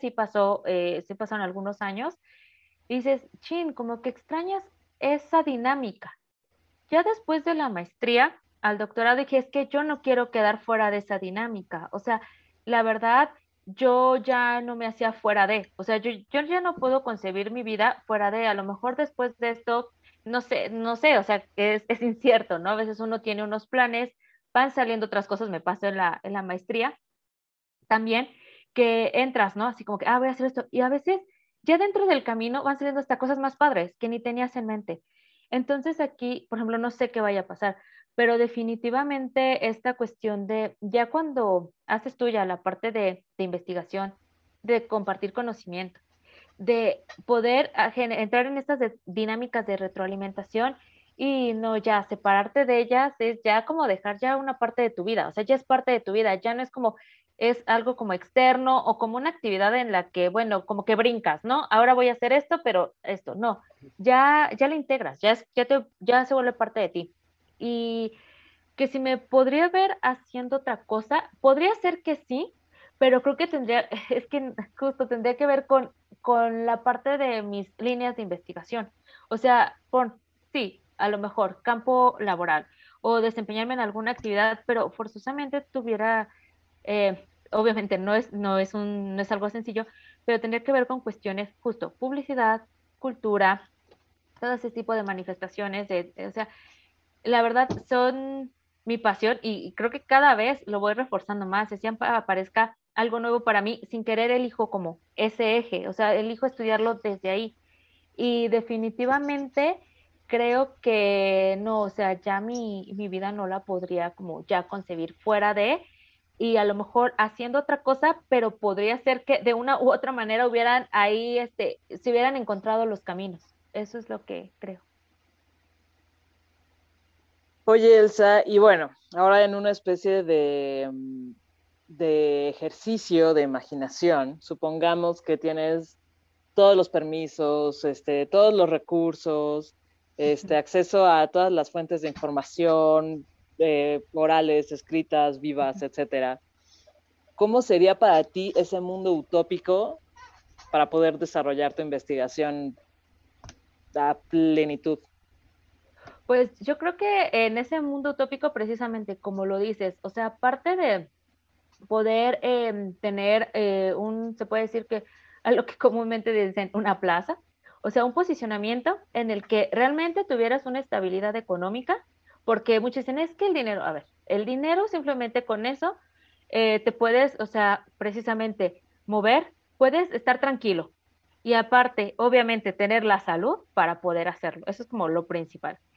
sí pasaron algunos años, y dices, chin, como que extrañas esa dinámica. Ya después de la maestría al doctorado dije, es que yo no quiero quedar fuera de esa dinámica. O sea, la verdad, yo ya no me hacía fuera de, o sea, yo ya no puedo concebir mi vida fuera de, a lo mejor después de esto, no sé, o sea, es incierto, ¿no? A veces uno tiene unos planes, van saliendo otras cosas, me pasó en la maestría también, que entras, ¿no? Así como que, voy a hacer esto. Y a veces ya dentro del camino van saliendo hasta cosas más padres que ni tenías en mente. Entonces aquí, por ejemplo, no sé qué vaya a pasar, pero definitivamente esta cuestión de ya cuando haces tuya la parte de investigación, de compartir conocimiento, de poder entrar en estas dinámicas de retroalimentación y no ya separarte de ellas es ya como dejar ya una parte de tu vida, o sea, ya es parte de tu vida, ya no es como es algo como externo o como una actividad en la que, bueno, como que brincas, ¿no? Ahora voy a hacer esto, pero esto, no, ya lo integras, ya se vuelve parte de ti. Y que si me podría ver haciendo otra cosa, podría ser que sí, pero creo que tendría, es que justo tendría que ver con la parte de mis líneas de investigación. O sea, sí, a lo mejor campo laboral o desempeñarme en alguna actividad, pero forzosamente tuviera, obviamente no es algo sencillo, pero tendría que ver con cuestiones justo, publicidad, cultura, todo ese tipo de manifestaciones, o sea, la verdad son mi pasión y creo que cada vez lo voy reforzando más, si siempre aparezca algo nuevo para mí, sin querer elijo como ese eje, o sea, elijo estudiarlo desde ahí. Y definitivamente creo que no, o sea, ya mi vida no la podría como ya concebir fuera de, y a lo mejor haciendo otra cosa, pero podría ser que de una u otra manera hubieran ahí, se hubieran encontrado los caminos. Eso es lo que creo. Oye, Elsa, y bueno, ahora en una especie de ejercicio de imaginación, supongamos que tienes todos los permisos, todos los recursos, acceso a todas las fuentes de información, orales, escritas, vivas, etcétera. ¿Cómo sería para ti ese mundo utópico para poder desarrollar tu investigación a plenitud? Pues yo creo que en ese mundo utópico, precisamente como lo dices, o sea, aparte de poder tener se puede decir que a lo que comúnmente dicen una plaza, o sea, un posicionamiento en el que realmente tuvieras una estabilidad económica, porque muchos dicen, es que el dinero, a ver, el dinero simplemente con eso te puedes, o sea, precisamente mover, puedes estar tranquilo y aparte, obviamente, tener la salud para poder hacerlo. Eso es como lo principal.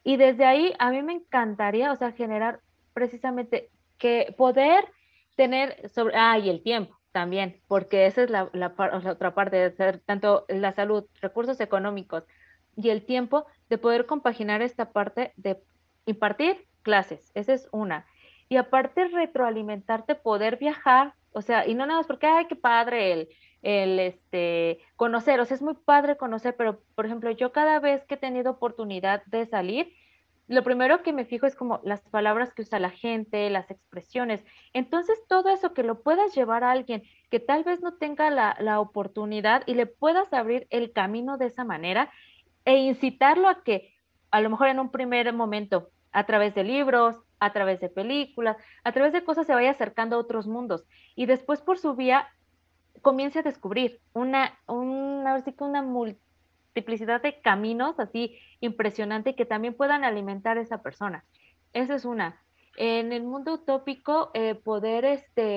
Y desde ahí a mí me encantaría, o sea, generar precisamente que poder tener sobre, y el tiempo también, porque esa es la otra parte de ser tanto la salud, recursos económicos y el tiempo de poder compaginar esta parte de impartir clases, esa es una. Y aparte retroalimentarte, poder viajar, o sea, y no nada más porque, ay, qué padre conocer, o sea, es muy padre conocer, pero por ejemplo, yo cada vez que he tenido oportunidad de salir, lo primero que me fijo es como las palabras que usa la gente, las expresiones. Entonces, todo eso que lo puedas llevar a alguien que tal vez no tenga la oportunidad y le puedas abrir el camino de esa manera e incitarlo a que a lo mejor en un primer momento, a través de libros, a través de películas, a través de cosas se vaya acercando a otros mundos y después por su vía comience a descubrir ahora sí que una multiplicidad de caminos así impresionante que también puedan alimentar a esa persona. Esa es una. En el mundo utópico, poder,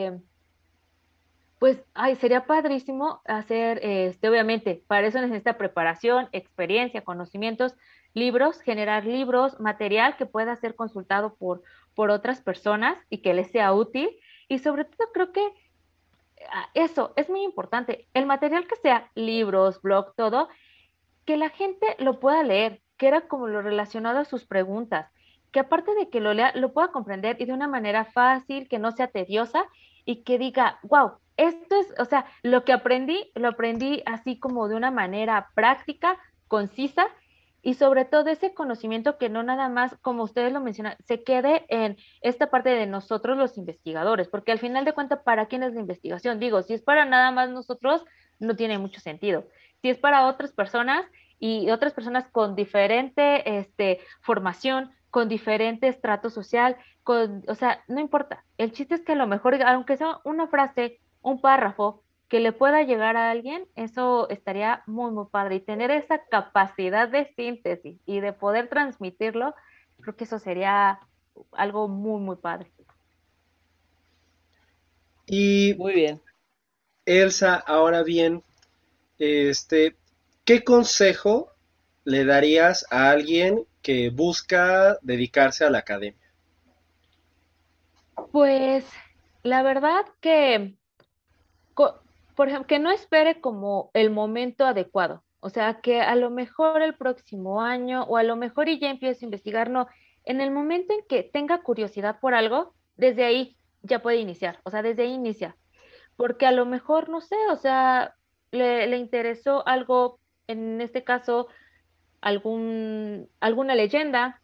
pues, ay, sería padrísimo hacer, obviamente, para eso necesita preparación, experiencia, conocimientos, libros, generar libros, material que pueda ser consultado por otras personas y que les sea útil. Y sobre todo creo que eso es muy importante. El material que sea libros, blog, todo, que la gente lo pueda leer, que era como lo relacionado a sus preguntas, que aparte de que lo lea, lo pueda comprender y de una manera fácil, que no sea tediosa y que diga, wow, esto es, o sea, lo aprendí así como de una manera práctica, concisa y sobre todo ese conocimiento que no nada más, como ustedes lo mencionan, se quede en esta parte de nosotros los investigadores, porque al final de cuentas, ¿para quién es la investigación? Digo, si es para nada más nosotros, no tiene mucho sentido. Si es para otras personas, y otras personas con diferente formación, con diferente estrato social, o sea, no importa. El chiste es que a lo mejor, aunque sea una frase, un párrafo, que le pueda llegar a alguien, eso estaría muy, muy padre. Y tener esa capacidad de síntesis y de poder transmitirlo, creo que eso sería algo muy, muy padre. Y Muy bien. Elsa, ahora bien, este, ¿qué consejo le darías a alguien que busca dedicarse a la academia? Pues la verdad que por ejemplo, que no espere como el momento adecuado. O sea, que a lo mejor el próximo año o a lo mejor y ya empiece a investigar, no. En el momento en que tenga curiosidad por algo, desde ahí ya puede iniciar. O sea, desde ahí inicia. Porque a lo mejor, no sé, o sea, le interesó algo, en este caso, alguna leyenda,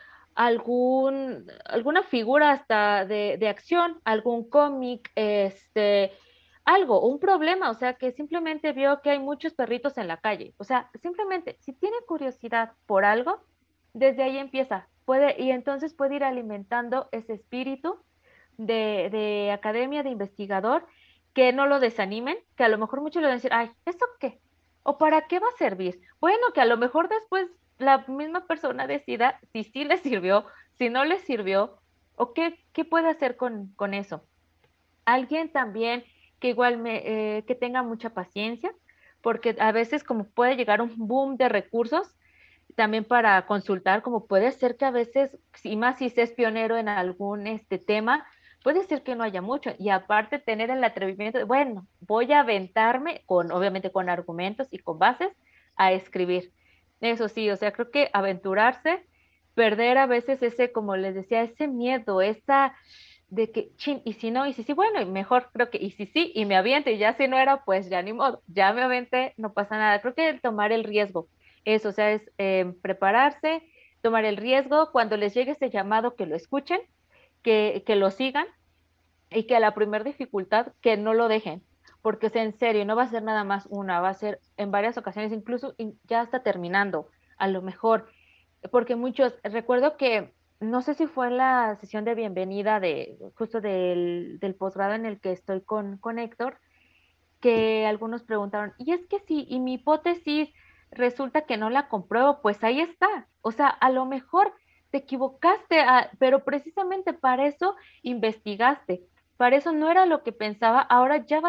alguna figura hasta de acción, algún cómic, algo, un problema, o sea, que simplemente vio que hay muchos perritos en la calle. O sea, simplemente, si tiene curiosidad por algo, desde ahí empieza. Y entonces puede ir alimentando ese espíritu de academia, de investigador, que no lo desanimen, que a lo mejor muchos le van a decir, ay, ¿eso qué? ¿O para qué va a servir? Bueno, que a lo mejor después la misma persona decida si sí le sirvió, si no le sirvió, o qué puede hacer con eso. Alguien también que igual que tenga mucha paciencia, porque a veces como puede llegar un boom de recursos, también para consultar, como puede ser que a veces, y más si se es pionero en algún tema, puede ser que no haya mucho. Y aparte tener el atrevimiento de, bueno, voy a aventarme obviamente con argumentos y con bases a escribir. Eso sí, o sea, creo que aventurarse, perder a veces ese, como les decía, ese miedo, esa de que, chin, y si no, y si sí, bueno, y mejor creo que, y si sí, y me aviento, y ya si no era, pues ya ni modo, ya me aventé, no pasa nada. Creo que tomar el riesgo, eso, o sea, es prepararse, tomar el riesgo, cuando les llegue ese llamado, que lo escuchen, que lo sigan, y que a la primera dificultad, que no lo dejen, porque o sea, en serio, no va a ser nada más una, va a ser en varias ocasiones, incluso ya está terminando, a lo mejor, porque muchos, recuerdo que, no sé si fue en la sesión de bienvenida justo del posgrado en el que estoy con Héctor, que algunos preguntaron, y es que si, y mi hipótesis resulta que no la compruebo, pues ahí está. O sea, a lo mejor te equivocaste, pero precisamente para eso investigaste. Para eso no era lo que pensaba, ahora ya vas a,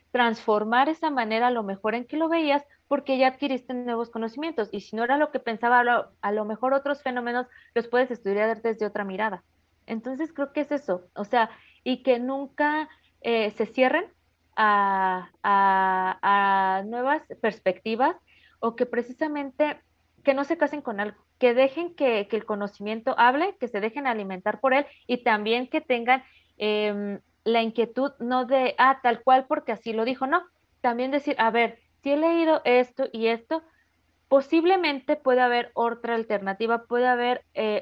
transformar esa manera a lo mejor en que lo veías porque ya adquiriste nuevos conocimientos y si no era lo que pensaba, a lo mejor otros fenómenos los puedes estudiar desde otra mirada. Entonces creo que es eso, o sea, y que nunca se cierren a nuevas perspectivas o que precisamente que no se casen con algo, que dejen que el conocimiento hable, que se dejen alimentar por él y también que tengan la inquietud no de, tal cual porque así lo dijo, no, también decir, a ver, si he leído esto y esto, posiblemente puede haber otra alternativa, puede haber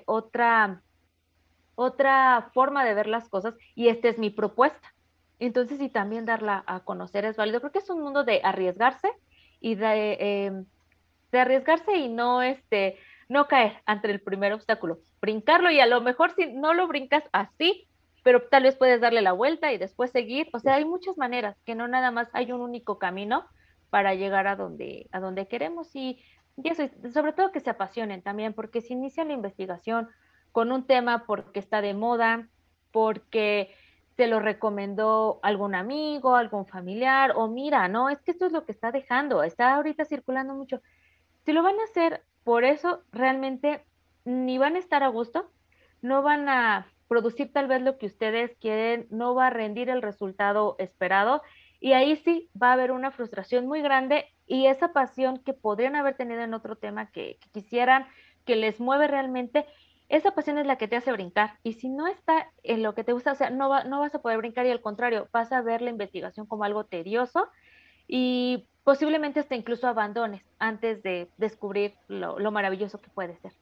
otra forma de ver las cosas y esta es mi propuesta. Entonces, y también darla a conocer es válido. Creo que es un mundo de arriesgarse y de arriesgarse y no, no caer ante el primer obstáculo, brincarlo y a lo mejor si no lo brincas así, pero tal vez puedes darle la vuelta y después seguir. O sea, hay muchas maneras, que no nada más hay un único camino para llegar a donde queremos y eso, y sobre todo que se apasionen también, porque si inician la investigación con un tema porque está de moda, porque se lo recomendó algún amigo, algún familiar, o mira, no, es que esto es lo que está dejando, está ahorita circulando mucho. Si lo van a hacer por eso, realmente ni van a estar a gusto, no van a producir tal vez lo que ustedes quieren, no va a rendir el resultado esperado y ahí sí va a haber una frustración muy grande y esa pasión que podrían haber tenido en otro tema que quisieran, que les mueve realmente, esa pasión es la que te hace brincar y si no está en lo que te gusta, o sea, no vas a poder brincar y al contrario, vas a ver la investigación como algo tedioso y posiblemente hasta incluso abandones antes de descubrir lo maravilloso que puede ser.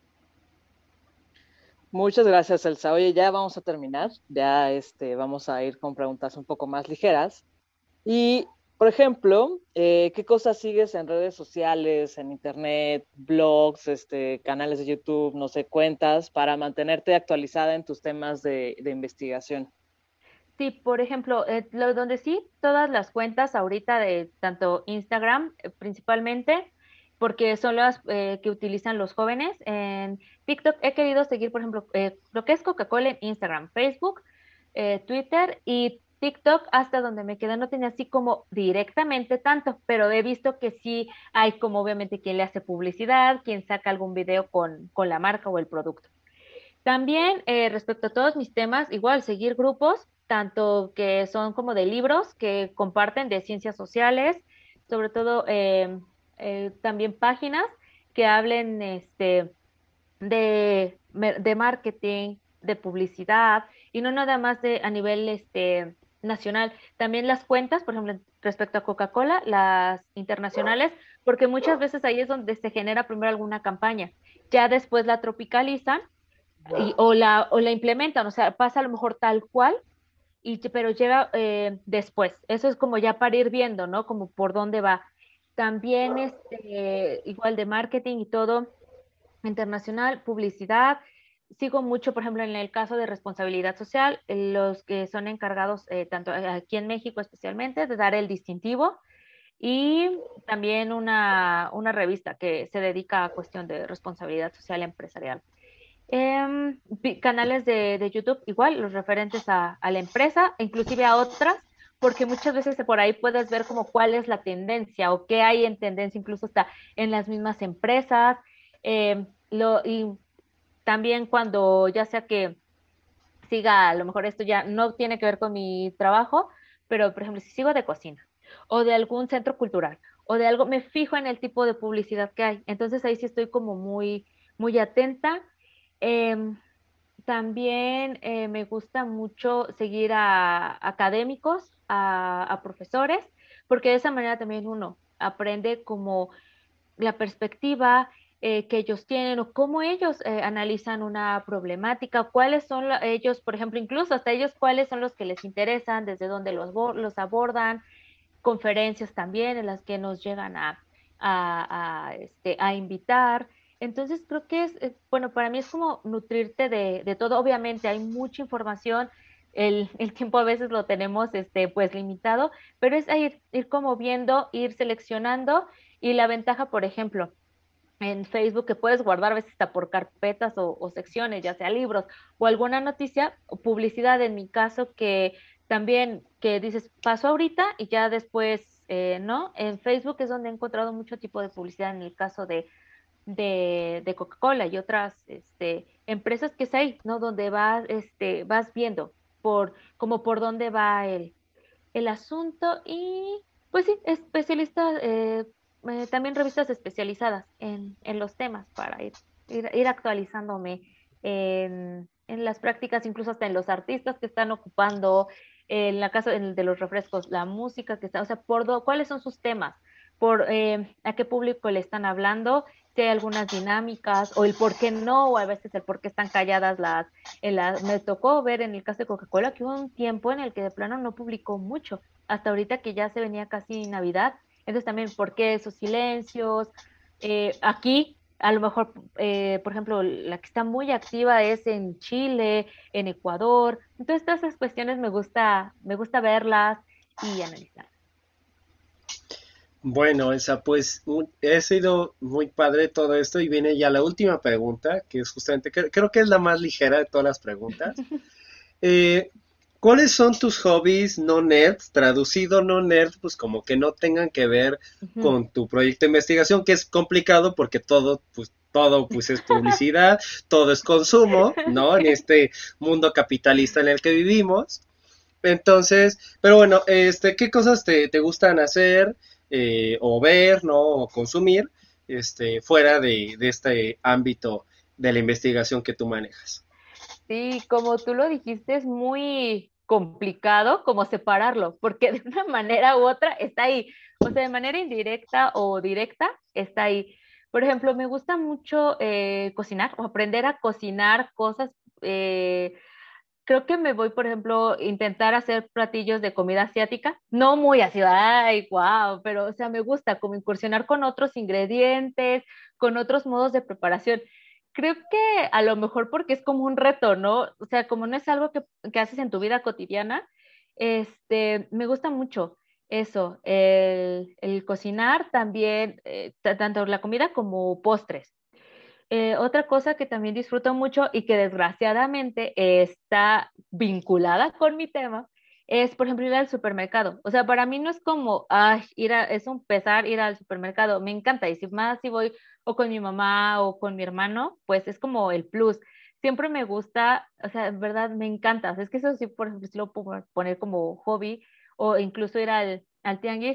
Muchas gracias, Elsa. Oye, ya vamos a terminar. Ya vamos a ir con preguntas un poco más ligeras. Y, por ejemplo, ¿qué cosas sigues en redes sociales, en internet, blogs, canales de YouTube, no sé, cuentas, para mantenerte actualizada en tus temas de investigación? Sí, por ejemplo, donde sí, todas las cuentas ahorita de tanto Instagram principalmente, porque son las que utilizan los jóvenes. En TikTok he querido seguir, por ejemplo, lo que es Coca-Cola en Instagram, Facebook, Twitter y TikTok, hasta donde me quedé, no tenía así como directamente tanto, pero he visto que sí hay como obviamente quien le hace publicidad, quien saca algún video con la marca o el producto. También respecto a todos mis temas, igual seguir grupos, tanto que son como de libros que comparten de ciencias sociales, sobre todo también páginas que hablen de marketing, de publicidad y no nada más de a nivel nacional. También las cuentas, por ejemplo, respecto a Coca-Cola, las internacionales, porque muchas veces ahí es donde se genera primero alguna campaña. Ya después la tropicalizan o la implementan, o sea, pasa a lo mejor tal cual, pero llega después. Eso es como ya para ir viendo, ¿no? Como por dónde va. También igual de marketing y todo, internacional, publicidad. Sigo mucho, por ejemplo, en el caso de responsabilidad social, los que son encargados, tanto aquí en México especialmente, de dar el distintivo y también una revista que se dedica a cuestión de responsabilidad social empresarial. Canales de YouTube, igual, los referentes a la empresa, inclusive a otras, porque muchas veces por ahí puedes ver como cuál es la tendencia o qué hay en tendencia, incluso hasta en las mismas empresas. Y también cuando ya sea que siga, a lo mejor esto ya no tiene que ver con mi trabajo, pero por ejemplo, si sigo de cocina o de algún centro cultural o de algo, me fijo en el tipo de publicidad que hay. Entonces ahí sí estoy como muy, muy atenta. Em, También me gusta mucho seguir a académicos, a profesores, porque de esa manera también uno aprende como la perspectiva que ellos tienen o cómo ellos analizan una problemática, cuáles son ellos, por ejemplo, incluso hasta ellos, cuáles son los que les interesan, desde dónde los abordan, conferencias también en las que nos llegan a invitar. Entonces creo que bueno, para mí es como nutrirte de todo. Obviamente hay mucha información, el tiempo a veces lo tenemos pues limitado, pero es ir como viendo, ir seleccionando y la ventaja, por ejemplo, en Facebook que puedes guardar a veces hasta por carpetas o secciones, ya sea libros o alguna noticia o publicidad, en mi caso que también que dices, pasó ahorita y ya después, ¿no? En Facebook es donde he encontrado mucho tipo de publicidad en el caso de Coca-Cola y otras empresas que es ahí, ¿no? Donde vas viendo como por dónde va el asunto y pues sí, especialistas, también revistas especializadas en los temas para ir actualizándome en las prácticas, incluso hasta en los artistas que están ocupando, en la casa de los refrescos, la música que está, o sea, cuáles son sus temas, a qué público le están hablando, si hay algunas dinámicas, o el por qué no, o a veces el por qué están calladas me tocó ver en el caso de Coca-Cola que hubo un tiempo en el que de plano no publicó mucho, hasta ahorita que ya se venía casi Navidad, entonces también por qué esos silencios, aquí a lo mejor, por ejemplo, la que está muy activa es en Chile, en Ecuador, entonces todas esas cuestiones me gusta verlas y analizar. Bueno, Elsa, pues ha sido muy padre todo esto y viene ya la última pregunta, que es justamente, creo que es la más ligera de todas las preguntas. Eh, ¿Cuáles son tus hobbies no nerds? Traducido no nerds, pues como que no tengan que ver con tu proyecto de investigación, que es complicado porque todo pues es publicidad, todo es consumo, ¿no? En este mundo capitalista en el que vivimos. Entonces, pero bueno, ¿qué cosas te gustan hacer o ver, ¿no? O consumir, fuera de este ámbito de la investigación que tú manejas? Sí, como tú lo dijiste, es muy complicado como separarlo, porque de una manera u otra está ahí, o sea, de manera indirecta o directa está ahí. Por ejemplo, me gusta mucho cocinar o aprender a cocinar cosas. Creo que me voy, por ejemplo, a intentar hacer platillos de comida asiática, no muy así, ay, wow, pero, o sea, me gusta como incursionar con otros ingredientes, con otros modos de preparación. Creo que a lo mejor porque es como un reto, ¿no? O sea, como no es algo que haces en tu vida cotidiana, me gusta mucho eso, el cocinar también, tanto la comida como postres. Otra cosa que también disfruto mucho y que desgraciadamente está vinculada con mi tema es, por ejemplo, ir al supermercado. O sea, para mí no es como, ay, es un pesar ir al supermercado. Me encanta. Y si más si voy o con mi mamá o con mi hermano, pues es como el plus. Siempre me gusta, o sea, en verdad me encanta. O sea, es que eso sí, por ejemplo, sí lo puedo poner como hobby o incluso ir al tianguis,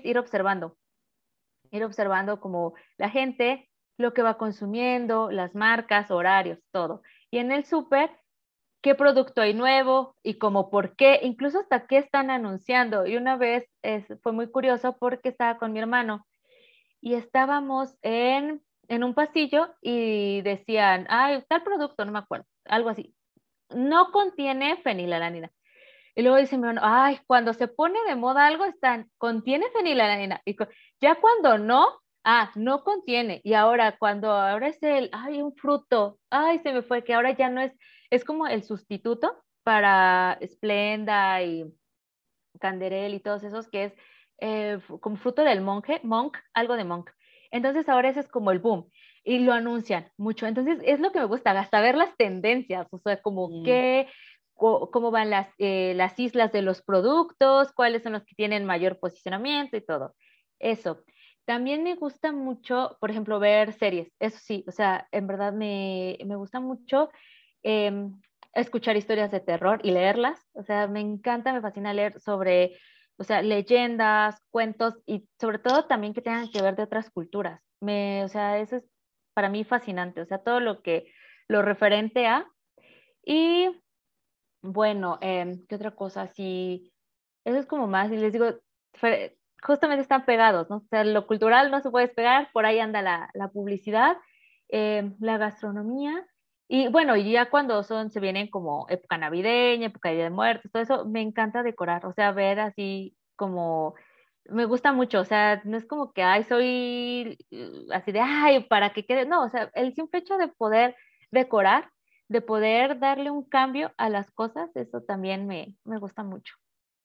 ir observando como la gente, lo que va consumiendo, las marcas, horarios, todo. Y en el súper, qué producto hay nuevo y como por qué, incluso hasta qué están anunciando. Y una vez fue muy curioso porque estaba con mi hermano y estábamos en un pasillo y decían, ay, tal producto, no me acuerdo, algo así. No contiene fenilalanina. Y luego dice mi hermano, ay, cuando se pone de moda algo, contiene fenilalanina. Ya cuando no, no contiene. Y ahora es ay, un fruto, ay, se me fue, que ahora ya no es como el sustituto para Splenda y Canderel y todos esos, que es como fruto del monk, algo de monk. Entonces ahora ese es como el boom. Y lo anuncian mucho. Entonces es lo que me gusta, hasta ver las tendencias, o sea, como cómo van las islas de los productos, cuáles son los que tienen mayor posicionamiento y todo. Eso. También me gusta mucho, por ejemplo, ver series. Eso sí, o sea, en verdad me gusta mucho escuchar historias de terror y leerlas. O sea, me encanta, me fascina leer sobre, o sea, leyendas, cuentos y sobre todo también que tengan que ver de otras culturas. O sea, eso es para mí fascinante. O sea, todo lo referente a. Y bueno, ¿qué otra cosa? Sí, eso es como más, y les digo, justamente están pegados, ¿no? O sea, lo cultural no se puede despegar, por ahí anda la publicidad, la gastronomía, y bueno, y ya cuando se vienen como época navideña, época de Día de Muertos, todo eso, me encanta decorar, o sea, ver así como, me gusta mucho, o sea, no es como que, ay, soy así de, ay, para que quede, no, o sea, el simple hecho de poder decorar, de poder darle un cambio a las cosas, eso también me gusta mucho.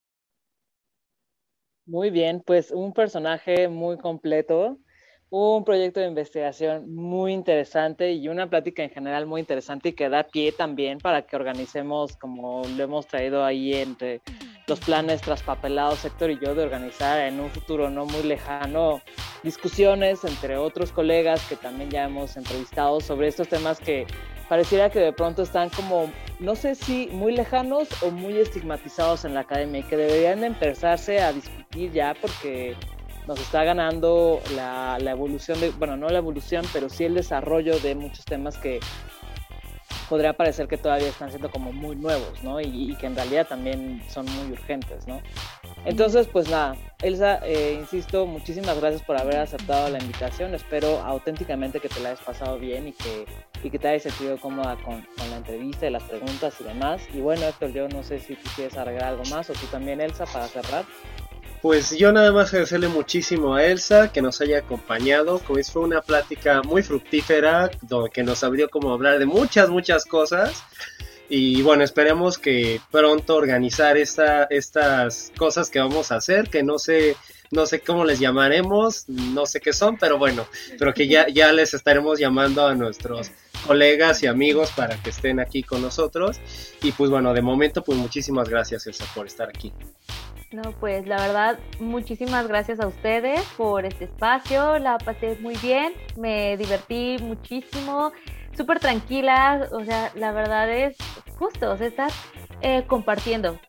Muy bien, pues un personaje muy completo, un proyecto de investigación muy interesante y una plática en general muy interesante y que da pie también para que organicemos, como lo hemos traído ahí entre los planes traspapelados, Héctor y yo, de organizar en un futuro no muy lejano discusiones entre otros colegas que también ya hemos entrevistado sobre estos temas que pareciera que de pronto están como, no sé si muy lejanos o muy estigmatizados en la academia y que deberían de empezarse a discutir ya porque nos está ganando la evolución, bueno, no la evolución, pero sí el desarrollo de muchos temas que podría parecer que todavía están siendo como muy nuevos, ¿no? Y que en realidad también son muy urgentes, ¿no? Entonces, pues nada, Elsa, insisto, muchísimas gracias por haber aceptado la invitación. Espero auténticamente que te la hayas pasado bien y que te hayas sentido cómoda con la entrevista y las preguntas y demás. Y bueno, Héctor, yo no sé si tú quieres agregar algo más o tú también, Elsa, para cerrar. Pues yo nada más agradecerle muchísimo a Elsa que nos haya acompañado. Como fue una plática muy fructífera, que nos abrió como hablar de muchas cosas. Y bueno, esperemos que pronto organizar estas cosas que vamos a hacer, que no sé cómo les llamaremos, no sé qué son, pero bueno, pero que ya les estaremos llamando a nuestros colegas y amigos para que estén aquí con nosotros. Y pues bueno, de momento, pues muchísimas gracias, Elsa, por estar aquí. No, pues la verdad, muchísimas gracias a ustedes por este espacio, la pasé muy bien, me divertí muchísimo, súper tranquila, o sea, la verdad es justo, o sea, estar compartiendo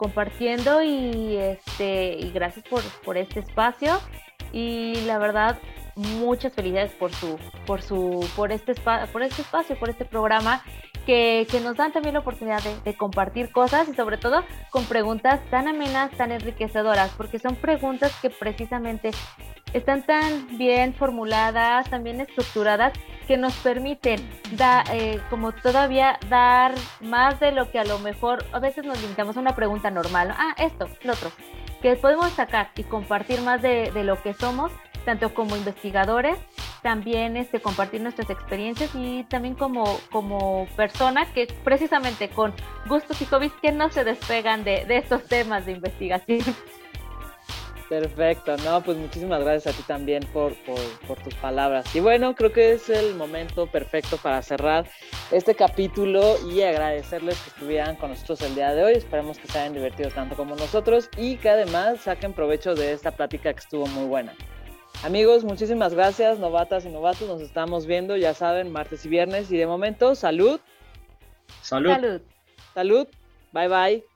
y gracias por este espacio y la verdad, muchas felicidades por este espacio, por este programa. Que nos dan también la oportunidad de compartir cosas y sobre todo con preguntas tan amenas, tan enriquecedoras, porque son preguntas que precisamente están tan bien formuladas, tan bien estructuradas, que nos permiten como todavía dar más de lo que a lo mejor a veces nos limitamos a una pregunta normal, ¿no? Esto, lo otro, que podemos sacar y compartir más de lo que somos, tanto como investigadores, también compartir nuestras experiencias y también como persona que precisamente con gustos y hobbies que no se despegan de estos temas de investigación. Perfecto, no, pues muchísimas gracias a ti también por tus palabras. Y bueno, creo que es el momento perfecto para cerrar este capítulo y agradecerles que estuvieran con nosotros el día de hoy. Esperemos que se hayan divertido tanto como nosotros y que además saquen provecho de esta plática que estuvo muy buena. Amigos, muchísimas gracias, novatas y novatos, nos estamos viendo, ya saben, martes y viernes, y de momento, salud. Salud. Salud. Salud, bye bye.